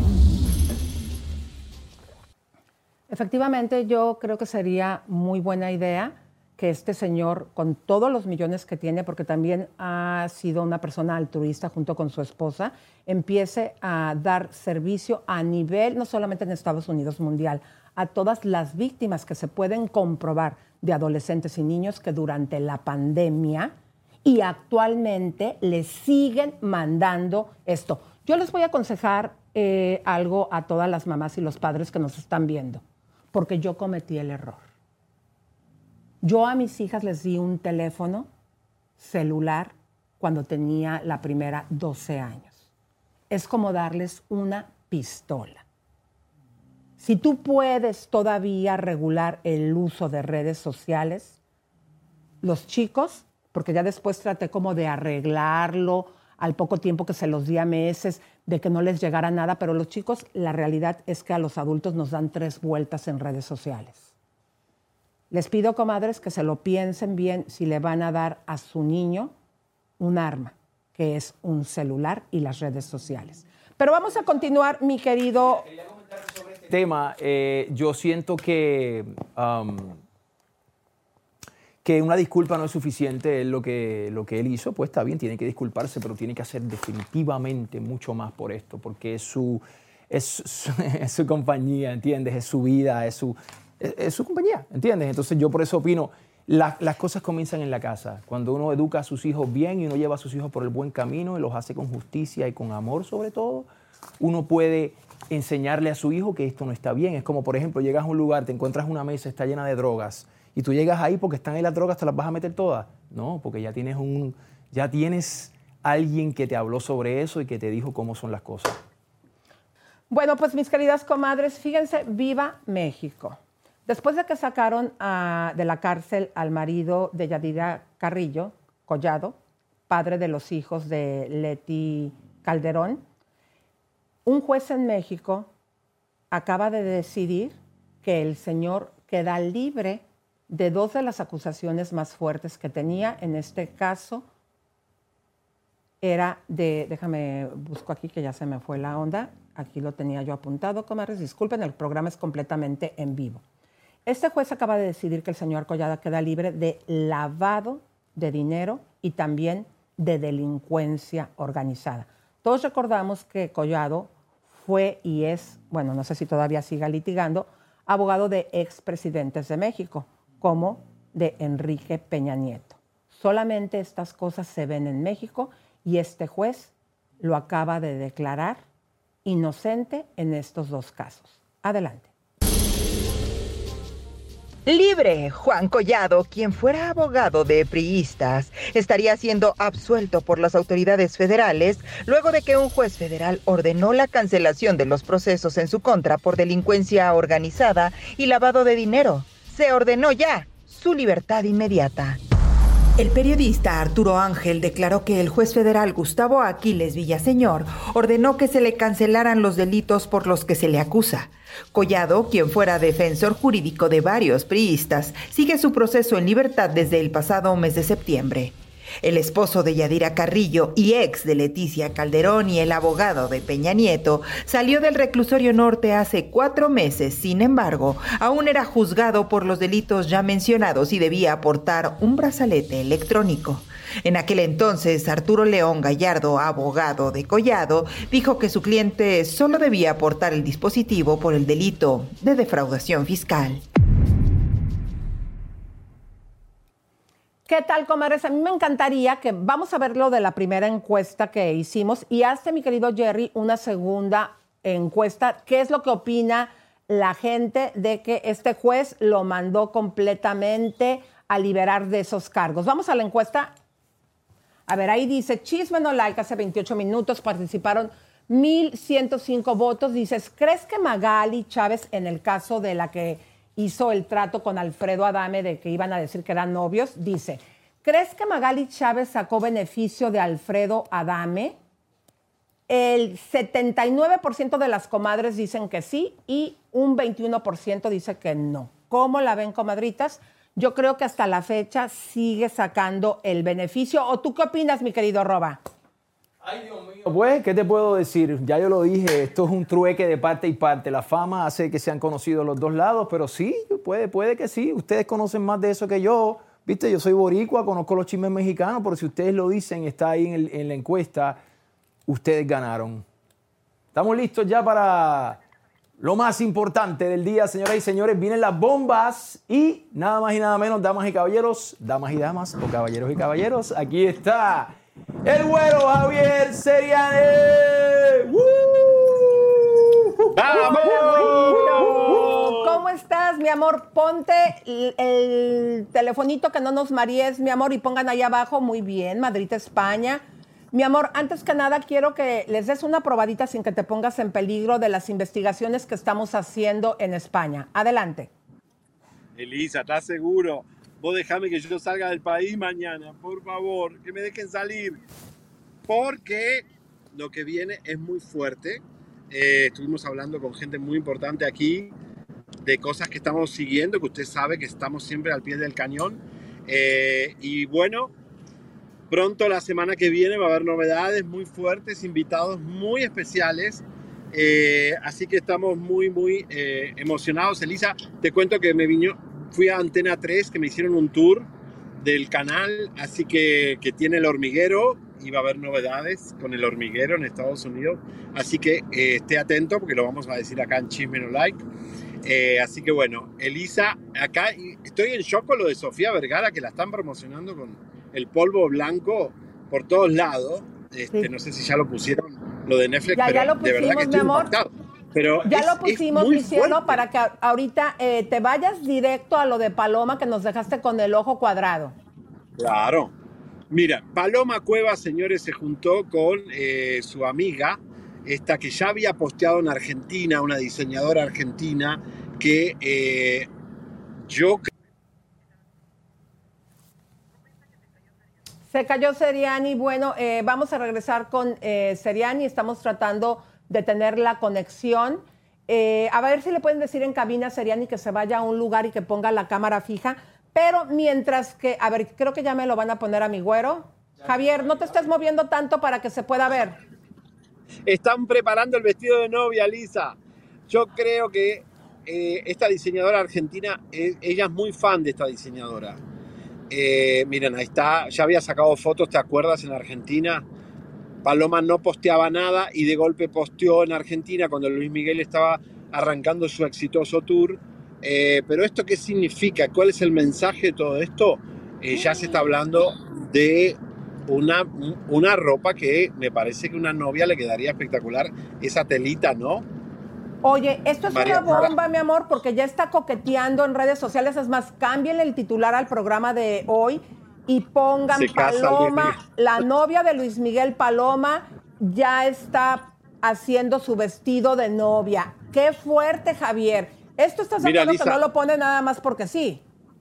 Efectivamente, yo creo que sería muy buena idea que este señor, con todos los millones que tiene, porque también ha sido una persona altruista junto con su esposa, empiece a dar servicio a nivel, no solamente en Estados Unidos, mundial, a todas las víctimas que se pueden comprobar de adolescentes y niños que durante la pandemia y actualmente les siguen mandando esto. Yo les voy a aconsejar eh, algo a todas las mamás y los padres que nos están viendo, porque yo cometí el error. Yo a mis hijas les di un teléfono celular cuando tenía la primera doce años. Es como darles una pistola. Si tú puedes todavía regular el uso de redes sociales, los chicos, porque ya después traté como de arreglarlo al poco tiempo que se los di a meses, de que no les llegara nada, pero los chicos, la realidad es que a los adultos nos dan tres vueltas en redes sociales. Les pido, comadres, que se lo piensen bien si le van a dar a su niño un arma, que es un celular y las redes sociales. Pero vamos a continuar, mi querido... Tema, eh, yo siento que, um, que una disculpa no es suficiente. Él, lo, que, lo que él hizo, pues está bien, tiene que disculparse, pero tiene que hacer definitivamente mucho más por esto, porque es su, es, su, es su compañía, ¿entiendes? Es su vida, es su... es su compañía, ¿entiendes? Entonces yo por eso opino, la, las cosas comienzan en la casa. Cuando uno educa a sus hijos bien y uno lleva a sus hijos por el buen camino y los hace con justicia y con amor sobre todo, uno puede enseñarle a su hijo que esto no está bien. Es como, por ejemplo, llegas a un lugar, te encuentras una mesa, está llena de drogas y tú llegas ahí porque están ahí las drogas, ¿te las vas a meter todas? No, porque ya tienes, un, ya tienes alguien que te habló sobre eso y que te dijo cómo son las cosas. Bueno, pues mis queridas comadres, fíjense, viva México. Después de que sacaron a, de la cárcel al marido de Yadira Carrillo, Collado, padre de los hijos de Leti Calderón, un juez en México acaba de decidir que el señor queda libre de dos de las acusaciones más fuertes que tenía. En este caso era de, déjame, busco aquí que ya se me fue la onda, aquí lo tenía yo apuntado, comadres, disculpen, el programa es completamente en vivo. Este juez acaba de decidir que el señor Collado queda libre de lavado de dinero y también de delincuencia organizada. Todos recordamos que Collado fue y es, bueno, no sé si todavía siga litigando, abogado de expresidentes de México, como de Enrique Peña Nieto. Solamente estas cosas se ven en México y este juez lo acaba de declarar inocente en estos dos casos. Adelante. Libre, Juan Collado, quien fuera abogado de priistas, estaría siendo absuelto por las autoridades federales luego de que un juez federal ordenó la cancelación de los procesos en su contra por delincuencia organizada y lavado de dinero. Se ordenó ya su libertad inmediata. El periodista Arturo Ángel declaró que el juez federal Gustavo Aquiles Villaseñor ordenó que se le cancelaran los delitos por los que se le acusa. Collado, quien fuera defensor jurídico de varios priistas, sigue su proceso en libertad desde el pasado mes de septiembre. El esposo de Yadira Carrillo y ex de Leticia Calderón y el abogado de Peña Nieto salió del reclusorio norte hace cuatro meses. Sin embargo, aún era juzgado por los delitos ya mencionados y debía aportar un brazalete electrónico. En aquel entonces, Arturo León Gallardo, abogado de Collado, dijo que su cliente solo debía aportar el dispositivo por el delito de defraudación fiscal. ¿Qué tal, comadres? A mí me encantaría que vamos a ver lo de la primera encuesta que hicimos y hazte, mi querido Jerry, una segunda encuesta. ¿Qué es lo que opina la gente de que este juez lo mandó completamente a liberar de esos cargos? Vamos a la encuesta. A ver, ahí dice, chisme no like, hace veintiocho minutos participaron mil ciento cinco votos. Dices, ¿crees que Magali Chávez, en el caso de la que hizo el trato con Alfredo Adame de que iban a decir que eran novios, dice, ¿crees que Magali Chávez sacó beneficio de Alfredo Adame? El setenta y nueve por ciento de las comadres dicen que sí y un veintiuno por ciento dice que no. ¿Cómo la ven, comadritas? Yo creo que hasta la fecha sigue sacando el beneficio. ¿O tú qué opinas, mi querido Roba? Ay, Dios mío. Pues, ¿qué te puedo decir? Ya yo lo dije, esto es un trueque de parte y parte. La fama hace que sean conocidos los dos lados, pero sí, puede, puede que sí. Ustedes conocen más de eso que yo. Viste, yo soy boricua, conozco los chismes mexicanos, pero si ustedes lo dicen, está ahí en, el, en la encuesta, ustedes ganaron. Estamos listos ya para lo más importante del día, señoras y señores. Vienen las bombas y nada más y nada menos, damas y caballeros, damas y damas o caballeros y caballeros, aquí está el güero Javier Seriani. ¡Vamos! ¿Cómo estás, mi amor? Ponte el, el telefonito que no nos marees, mi amor, y pongan ahí abajo. Muy bien, Madrid, España. Mi amor, antes que nada quiero que les des una probadita sin que te pongas en peligro de las investigaciones que estamos haciendo en España. Adelante. Elisa, ¿estás seguro? Vos dejame que yo salga del país mañana, por favor, que me dejen salir. Porque lo que viene es muy fuerte. Eh, estuvimos hablando con gente muy importante aquí de cosas que estamos siguiendo, que usted sabe que estamos siempre al pie del cañón. Eh, y bueno, pronto la semana que viene va a haber novedades muy fuertes, invitados muy especiales. Eh, así que estamos muy, muy eh, emocionados. Elisa, te cuento que me vino, fui a Antena tres, que me hicieron un tour del canal, así que, que tiene El Hormiguero, y va a haber novedades con El Hormiguero en Estados Unidos. Así que eh, esté atento, porque lo vamos a decir acá en Chisme No Like. Eh, así que bueno, Elisa, acá estoy en shock con lo de Sofía Vergara, que la están promocionando con el polvo blanco por todos lados. Este, sí. No sé si ya lo pusieron, lo de Netflix, ya, pero ya lo pusimos, de verdad que estoy mi amor. impactado. Pero ya es, lo pusimos, mi cielo, fuerte. para que ahorita eh, te vayas directo a lo de Paloma, que nos dejaste con el ojo cuadrado. Claro. Mira, Paloma Cuevas, señores, se juntó con eh, su amiga, esta que ya había posteado en Argentina, una diseñadora argentina, que eh, yo... Se cayó Seriani. Bueno, eh, vamos a regresar con eh, Seriani. Estamos tratando de tener la conexión. Eh, a ver si le pueden decir en cabina a Seriani que se vaya a un lugar y que ponga la cámara fija. Pero mientras que, a ver, creo que ya me lo van a poner a mi güero. Javier, no te estés moviendo tanto para que se pueda ver. Están preparando el vestido de novia, Lisa. Yo creo que eh, esta diseñadora argentina, eh, ella es muy fan de esta diseñadora. Eh, miren, ahí está, ya había sacado fotos, ¿te acuerdas? En Argentina. Paloma no posteaba nada y de golpe posteó en Argentina cuando Luis Miguel estaba arrancando su exitoso tour. Eh, pero ¿esto qué significa? ¿Cuál es el mensaje de todo esto? Eh, ya se está hablando de una, una ropa que me parece que a una novia le quedaría espectacular, esa telita, ¿no? Oye, esto es María una bomba, Clara. mi amor, porque ya está coqueteando en redes sociales. Es más, cámbienle el titular al programa de hoy y pongan Se casa Paloma, la novia de Luis Miguel, Paloma, ya está haciendo su vestido de novia. ¡Qué fuerte, Javier! Esto estás de Mira, acuerdo que Lisa, no lo pone nada más porque sí.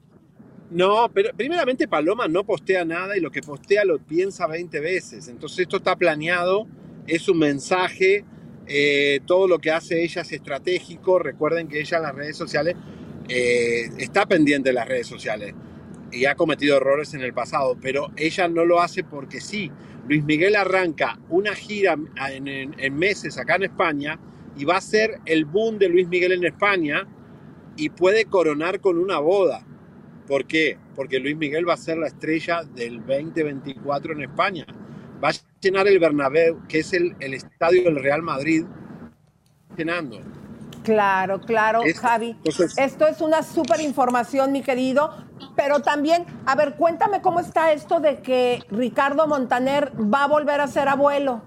No, pero primeramente Paloma no postea nada y lo que postea lo piensa veinte veces. Entonces esto está planeado, es un mensaje, eh, todo lo que hace ella es estratégico. Recuerden que ella en las redes sociales eh, está pendiente de las redes sociales y ha cometido errores en el pasado, pero ella no lo hace porque sí. Luis Miguel arranca una gira en, en, en meses acá en España y va a ser el boom de Luis Miguel en España y puede coronar con una boda. ¿Por qué? Porque Luis Miguel va a ser la estrella del veinte veinticuatro en España. Va a llenar el Bernabéu, que es el, el estadio del Real Madrid, llenando. Claro, claro, Es- Javi. entonces- Esto es una súper información, mi querido. Pero también, a ver, cuéntame cómo está esto de que Ricardo Montaner va a volver a ser abuelo.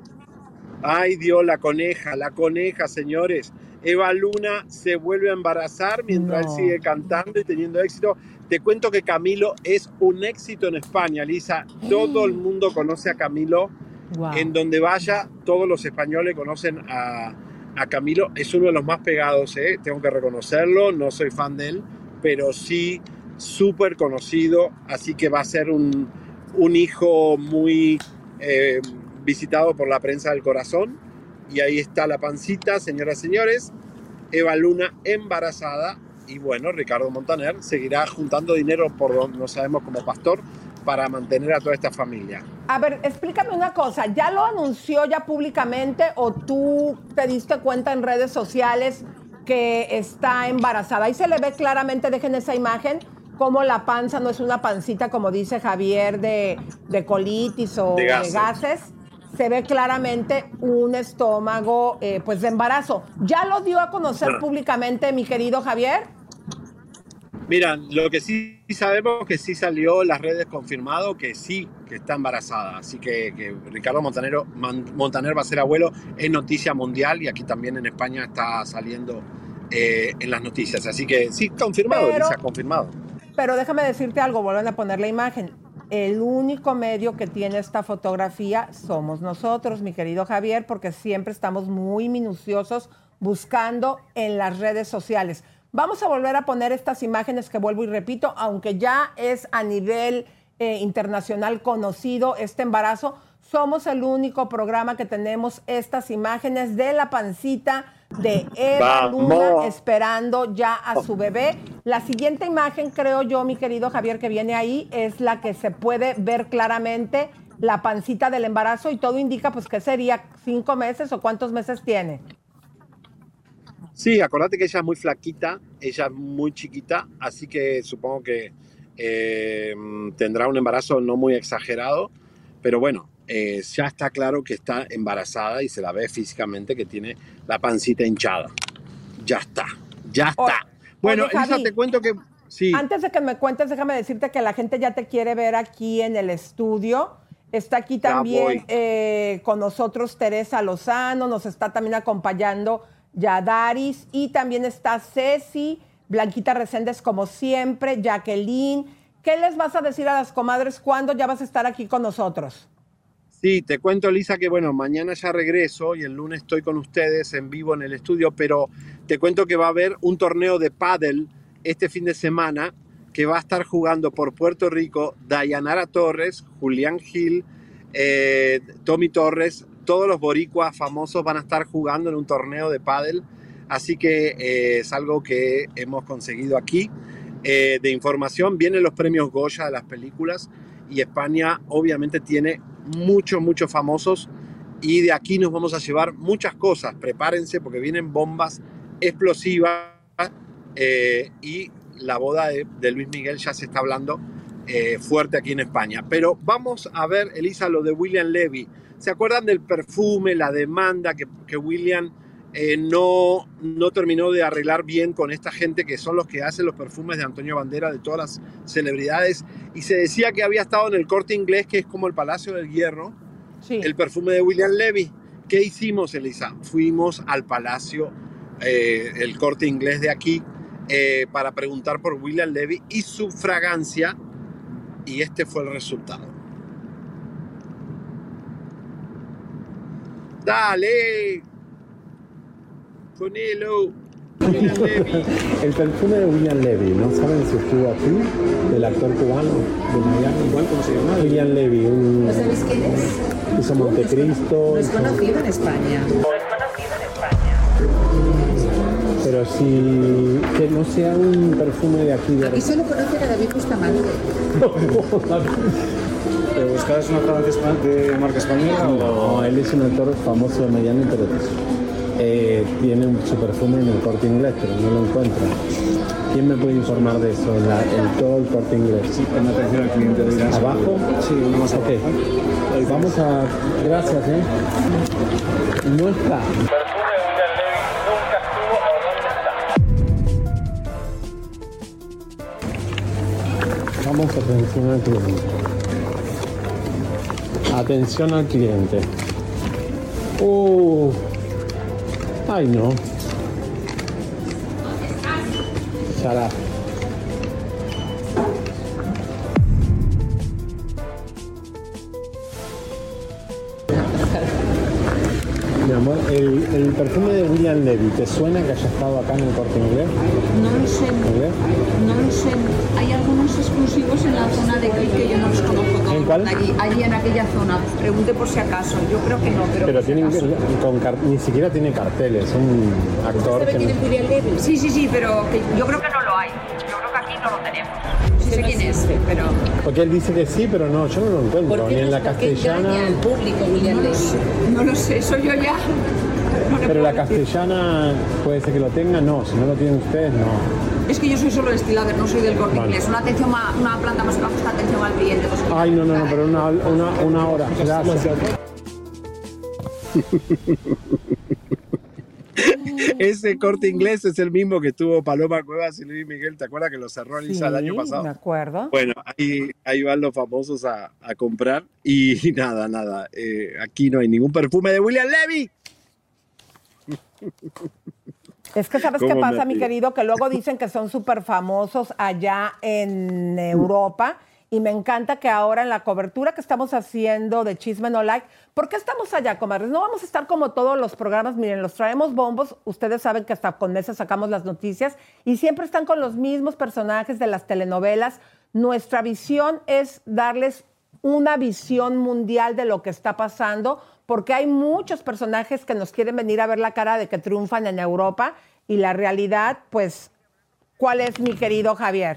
Ay, Dios, la coneja, la coneja, señores. Eva Luna se vuelve a embarazar mientras No. él sigue cantando y teniendo éxito. Te cuento que Camilo es un éxito en España, Lisa. Todo el mundo conoce a Camilo. Wow. En donde vaya, todos los españoles conocen a, a Camilo. Es uno de los más pegados, ¿eh? Tengo que reconocerlo. No soy fan de él, pero sí súper conocido. Así que va a ser un, un hijo muy eh, visitado por la prensa del corazón. Y ahí está la pancita, señoras y señores. Eva Luna embarazada. Y bueno, Ricardo Montaner seguirá juntando dinero por, no sabemos, como pastor, para mantener a toda esta familia. A ver, explícame una cosa, ¿ya lo anunció ya públicamente o tú te diste cuenta en redes sociales que está embarazada? Ahí se le ve claramente, dejen esa imagen, como la panza no es una pancita, como dice Javier, de, de colitis o de gases. de gases. Se ve claramente un estómago eh, pues de embarazo. ¿Ya lo dio a conocer bueno. públicamente, mi querido Javier? Mira, lo que sí sabemos que sí salió en las redes confirmado que sí, que está embarazada. Así que, que Ricardo Montanero, Montaner va a ser abuelo, es noticia mundial y aquí también en España está saliendo eh, en las noticias. Así que sí, confirmado, pero, Elisa, confirmado. Pero déjame decirte algo, vuelven a poner la imagen. El único medio que tiene esta fotografía somos nosotros, mi querido Javier, porque siempre estamos muy minuciosos buscando en las redes sociales. Vamos a volver a poner estas imágenes que vuelvo y repito, aunque ya es a nivel eh, internacional conocido este embarazo, somos el único programa que tenemos estas imágenes de la pancita de Eva Luna esperando ya a su bebé. La siguiente imagen, creo yo, mi querido Javier, que viene ahí, es la que se puede ver claramente la pancita del embarazo y todo indica pues que sería cinco meses o cuántos meses tiene. Sí, acordate que ella es muy flaquita, ella es muy chiquita, así que supongo que eh, tendrá un embarazo no muy exagerado, pero bueno, eh, ya está claro que está embarazada y se la ve físicamente que tiene la pancita hinchada. Ya está, ya está. Oye, bueno, oye, Elisa, Javi, te cuento que... Sí. Antes de que me cuentes, déjame decirte que la gente ya te quiere ver aquí en el estudio. Está aquí también eh, con nosotros Teresa Lozano, nos está también acompañando Yadaris y también está Ceci, Blanquita Reséndez como siempre, Jacqueline. ¿Qué les vas a decir a las comadres? ¿Cuándo ya vas a estar aquí con nosotros? Sí, te cuento, Lisa, que bueno, mañana ya regreso y el lunes estoy con ustedes en vivo en el estudio, pero te cuento que va a haber un torneo de pádel este fin de semana que va a estar jugando por Puerto Rico Dayanara Torres, Julián Gil, eh, Tommy Torres. Todos los boricuas famosos van a estar jugando en un torneo de pádel, así que eh, es algo que hemos conseguido aquí eh, de información. Vienen los premios Goya de las películas y España obviamente tiene muchos, muchos famosos y de aquí nos vamos a llevar muchas cosas. Prepárense porque vienen bombas explosivas eh, y la boda de, de Luis Miguel ya se está hablando eh, fuerte aquí en España. Pero vamos a ver, Elisa, lo de William Levy. ¿Se acuerdan del perfume, la demanda que, que William eh, no, no terminó de arreglar bien con esta gente que son los que hacen los perfumes de Antonio Banderas, de todas las celebridades? Y se decía que había estado en el Corte Inglés, que es como el Palacio del Hierro, sí. El perfume de William Levy. ¿Qué hicimos, Elisa? Fuimos al Palacio, eh, el Corte Inglés de aquí, eh, para preguntar por William Levy y su fragancia, y este fue el resultado. ¡Dale! ¡Ponelo! William Levy. El perfume de William Levy, ¿no saben si estuvo aquí? Del actor cubano de Miami. ¿Cuál, cómo se llama? William Levy. Un, ¿No sabes quién es? Hizo Montecristo. No es conocido en España. No es conocido en España. Pero si que no sea un perfume de aquí. De... Aquí solo conocen a David Bustamante. ¿Pero buscabas una fragancia de marca española? No, o... él es un actor famoso de Miami, pero eh, tiene su perfume en el Corte Inglés, pero no lo encuentro. ¿Quién me puede informar de eso? La, el todo el Corte Inglés. Sí, con atención al cliente. Dirás. ¿Abajo? Sí, uno más abajo. Ok. Vamos a... Gracias, ¿eh? No está. Vamos a atención al cliente. Atención al cliente. Uh, ay no. Shut up. Mi amor, el, el perfume de William Levy, ¿te suena que haya estado acá en el Corte Inglés? No lo sé. No lo sé. Hay algunos exclusivos en la zona de aquí que yo no los conozco todos. ¿En cuál? Allí, allí en aquella zona. Pregunte por si acaso. Yo creo que no, pero. Pero tienen, si con car ni siquiera tiene carteles. Un actor. ¿Usted sabe que quién no... es William Levy? Sí, sí, sí, pero que yo creo que no lo hay. Yo creo que aquí no lo tenemos. Sí, sé quién es, pero... Porque él dice que sí, pero no, yo no lo encuentro. ¿Por qué Ni en no- la por qué castellana. engaña al público, William Levy? No lo sé, soy yo ya. Pero la castellana puede ser que lo tenga, no. Si no lo tienen ustedes, no. Es que yo soy solo de Estilaver, no soy del Corte Vale. Inglés. Una, atención más, una planta más baja, esta atención al cliente. Pues, Ay, no, no, no, pero una, una, una hora. Gracias. Ese Corte Inglés es el mismo que tuvo Paloma Cuevas y Luis Miguel. ¿Te acuerdas que lo cerró Lisa el año pasado? me acuerdo. Bueno, ahí, ahí van los famosos a, a comprar. Y nada, nada. eh, aquí no hay ningún perfume de William Levy. Es que ¿sabes qué ¿Cómo me pasa, mi río? querido? Que luego dicen que son súper famosos allá en Europa y me encanta que ahora en la cobertura que estamos haciendo de Chisme No Like, ¿por qué estamos allá, comadres? No vamos a estar como todos los programas, miren, los traemos bombos, ustedes saben que hasta con meses sacamos las noticias y siempre están con los mismos personajes de las telenovelas. Nuestra visión es darles una visión mundial de lo que está pasando, porque hay muchos personajes que nos quieren venir a ver la cara de que triunfan en Europa y la realidad, pues, ¿cuál es, mi querido Javier?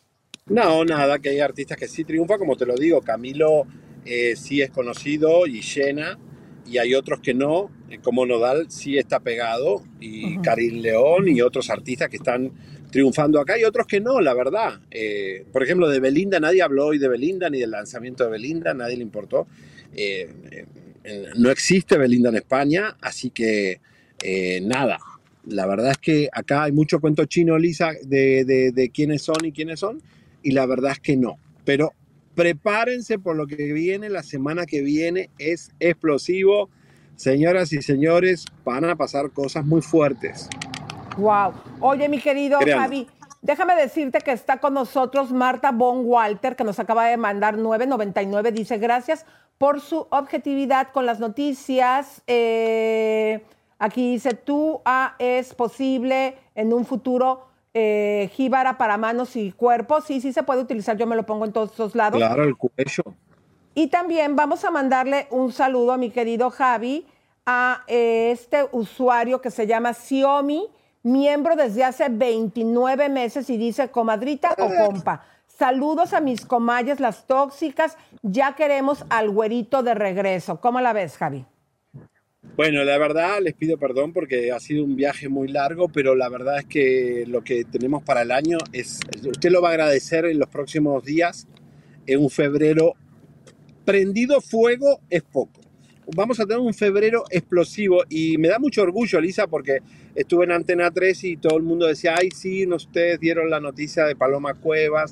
No, nada, que hay artistas que sí triunfan, como te lo digo. Camilo eh, sí es conocido y llena, y hay otros que no, eh, como Nodal sí está pegado, y uh-huh. Karim León y otros artistas que están triunfando acá, y otros que no, la verdad. Eh, por ejemplo, de Belinda, nadie habló hoy de Belinda, ni del lanzamiento de Belinda, nadie le importó. Eh, eh, no existe Belinda en España, así que eh, nada. La verdad es que acá hay mucho cuento chino, Lisa, de, de, de quiénes son y quiénes son, y la verdad es que no. Pero prepárense por lo que viene, la semana que viene es explosivo. Señoras y señores, van a pasar cosas muy fuertes. Wow. Oye, mi querido Créanme. Javi, déjame decirte que está con nosotros Marta Von Walter, que nos acaba de mandar nueve noventa y nueve. Dice, gracias por su objetividad con las noticias. Eh, aquí dice, tú ah, es posible en un futuro eh, jíbara para manos y cuerpos. Sí, sí se puede utilizar, yo me lo pongo en todos los lados. Claro, el cuello. Y también vamos a mandarle un saludo a mi querido Javi, a eh, este usuario que se llama Xiaomi, miembro desde hace veintinueve meses y dice, comadrita o compa, saludos a mis comalles, las tóxicas, ya queremos al güerito de regreso. ¿Cómo la ves, Javi? Bueno, la verdad les pido perdón porque ha sido un viaje muy largo, pero la verdad es que lo que tenemos para el año es, usted lo va a agradecer en los próximos días, en un febrero prendido fuego es poco. Vamos a tener un febrero explosivo y me da mucho orgullo, Lisa, porque estuve en Antena tres y todo el mundo decía, ay, sí, ustedes dieron la noticia de Paloma Cuevas.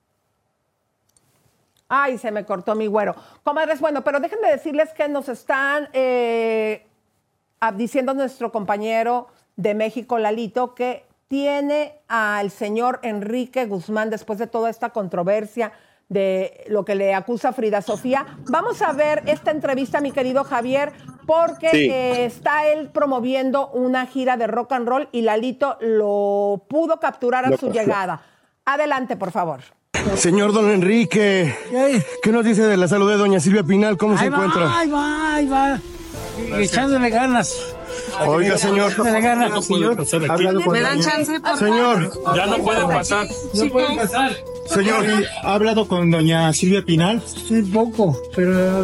Ay, se me cortó mi güero. Comadres, bueno, pero déjenme decirles que nos están eh, diciendo nuestro compañero de México, Lalito, que tiene al señor Enrique Guzmán después de toda esta controversia de lo que le acusa Frida Sofía. Vamos a ver esta entrevista, mi querido Javier, porque sí. eh, está él promoviendo una gira de rock and roll y Lalito lo pudo capturar a lo su llegada. Adelante, por favor. Señor don Enrique, ¿qué? ¿Qué nos dice de la salud de doña Silvia Pinal? ¿Cómo ahí se va, encuentra? Ahí va, ahí va, echándole ganas. Oiga, señor. Echándole ganas. No señor. ¿Me dan chance, por Señor. Ya no pueden pasar. No sí, pueden pasar. Señor, ¿ha hablado con doña Silvia Pinal? Sí, poco, pero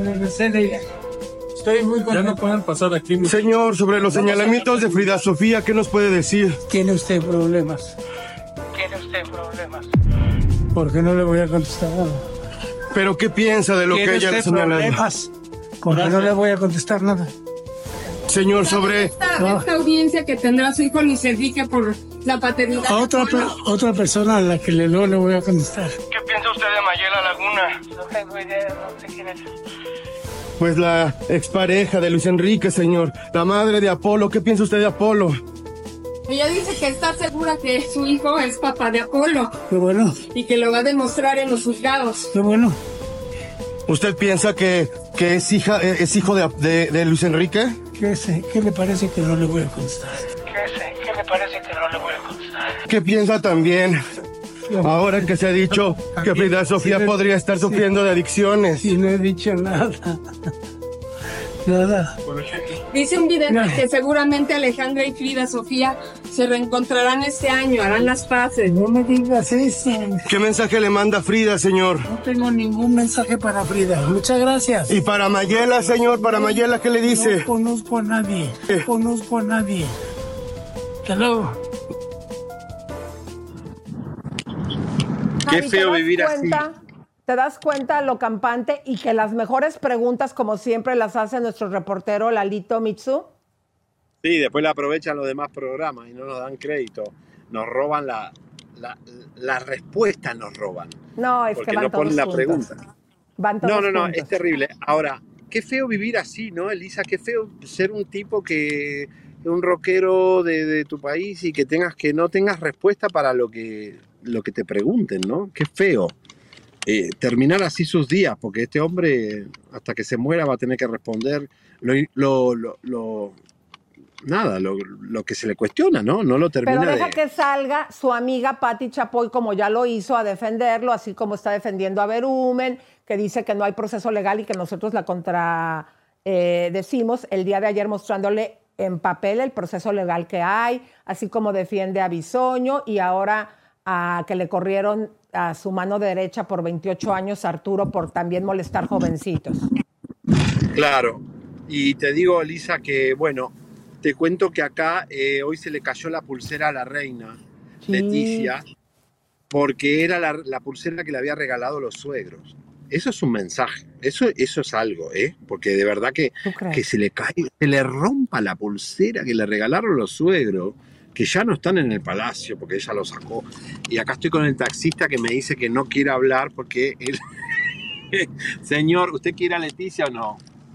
estoy muy contento. Ya no pueden pasar aquí. Señor, sobre los señalamientos de Frida Sofía, ¿qué nos puede decir? ¿Tiene usted problemas? ¿Tiene usted problemas? Porque no le voy a contestar nada. ¿Pero qué piensa de lo que ella le señala? Porque no le voy a contestar nada. Señor, sobre... Esta, no. esta audiencia que tendrá su hijo Luis Enrique por la paternidad... A otra, per, otra persona a la que le, no le voy a contestar. ¿Qué piensa usted de Mayela Laguna? No tengo idea, no sé quién es. Pues la expareja de Luis Enrique, señor. La madre de Apolo. ¿Qué piensa usted de Apolo? Ella dice que está segura que su hijo es papá de Apolo. Qué bueno. Y que lo va a demostrar en los juzgados. Qué bueno. ¿Usted piensa que, que es hija es hijo de, de, de Luis Enrique? ¿Qué, sé? ¿Qué le parece que no le voy a contestar? ¿Qué, sé? ¿Qué le parece que no le voy a contestar? ¿Qué piensa también? Ahora que se ha dicho que Frida Sofía sí, podría estar sí, sufriendo de adicciones. Sí, no he dicho nada. Nada. Dice un vidente que seguramente Alejandra y Frida Sofía se reencontrarán este año, harán las paces. No me digas eso. ¿Qué mensaje le manda Frida, señor? No tengo ningún mensaje para Frida. Muchas gracias. ¿Y para Mayela, señor? ¿Para Mayela qué le dice? No conozco a nadie. No conozco a nadie. Hasta luego. Qué Javi, feo ¿te das vivir así. cuenta? ¿Te das cuenta lo campante y que las mejores preguntas, como siempre, las hace nuestro reportero Lalito Mitsu? Sí, después la aprovechan los demás programas y no nos dan crédito. Nos roban la, la, la respuesta, nos roban. No, es porque que van no todos ponen la juntos. pregunta. Van todos No, no, no, juntos. es terrible. Ahora, qué feo vivir así, ¿no, Elisa? Qué feo ser un tipo que, un rockero de, de tu país y que tengas que no tengas respuesta para lo que, lo que te pregunten, ¿no? Qué feo. Eh, terminar así sus días, porque este hombre hasta que se muera va a tener que responder lo, lo, lo, lo nada, lo, lo que se le cuestiona, ¿no? No lo termina Pero deja de... que salga su amiga Patti Chapoy, como ya lo hizo, a defenderlo, así como está defendiendo a Berumen, que dice que no hay proceso legal y que nosotros la contra eh, decimos el día de ayer mostrándole en papel el proceso legal que hay, así como defiende a Bisoño y ahora a que le corrieron a su mano derecha por veintiocho años, Arturo, por también molestar jovencitos. Claro, y te digo, Elisa, que bueno, te cuento que acá eh, hoy se le cayó la pulsera a la reina, Sí. Leticia, porque era la, la pulsera que le había regalado los suegros. Eso es un mensaje, eso, eso es algo, ¿eh? Porque de verdad que, que se le cae, se le rompa la pulsera que le regalaron los suegros, que ya no están en el palacio porque ella lo sacó. Y acá estoy con el taxista que me dice que no quiere hablar porque él... Señor, ¿usted quiere a Leticia o no?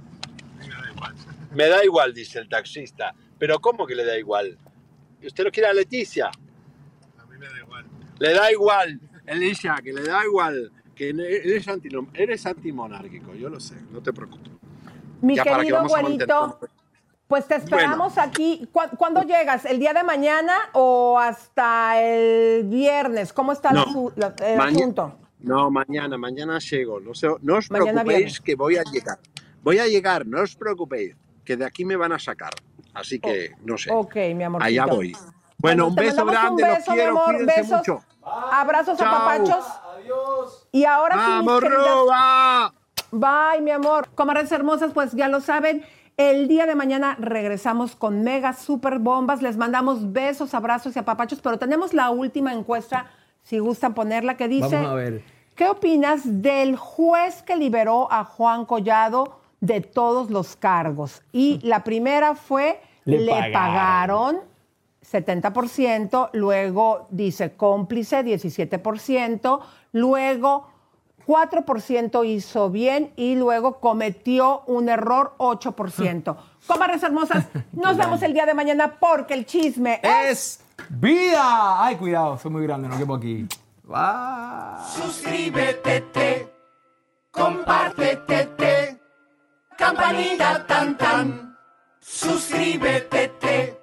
Me da igual, dice el taxista. ¿Pero cómo que le da igual? ¿Usted lo quiere a Leticia? A mí me da igual. Le da igual. Él dice que le da igual. Que eres, anti, eres antimonárquico, yo lo sé, no te preocupes. Mi Ya, ¿para qué querido vamos a güerito, mantener? pues te esperamos aquí. ¿Cu- ¿Cuándo llegas? ¿El día de mañana o hasta el viernes? ¿Cómo está No, el, asu- la- el maña- asunto? No, mañana, mañana llego. No, se- no os Mañana preocupéis viernes. que voy a llegar. Voy a llegar, no os preocupéis, que de aquí me van a sacar. Así que, no sé. Ok, mi amor. Allá voy. Bueno, un te beso mandamos grande, un los beso, mi quiero, amor, cuídense besos. mucho. Abrazos Chao. a papachos. Y ahora sí, mis ¡Vamos, queridas- Roba! Bye, mi amor. Comadres hermosas, pues ya lo saben. El día de mañana regresamos con mega super bombas. Les mandamos besos, abrazos y apapachos, pero tenemos la última encuesta, si gustan ponerla, que dice... Vamos a ver. ¿Qué opinas del juez que liberó a Juan Collado de todos los cargos? Y la primera fue, Le le, pagaron. pagaron setenta por ciento, luego dice cómplice diecisiete por ciento, luego cuatro por ciento hizo bien y luego cometió un error ocho por ciento. Comadres hermosas, nos vemos el día de mañana porque el chisme es... ¡Vida! Ay, cuidado, soy muy grande, no quepo aquí. Va. Suscríbete, te, compártete, te, campanita tan tan. Suscríbete, te,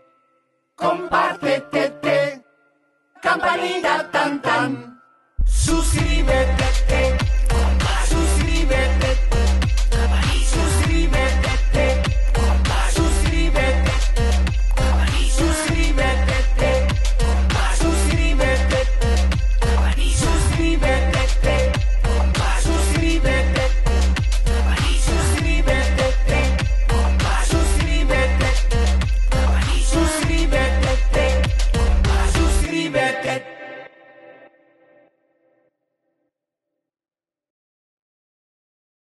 compártete, te, campanita tan tan. Suscríbete.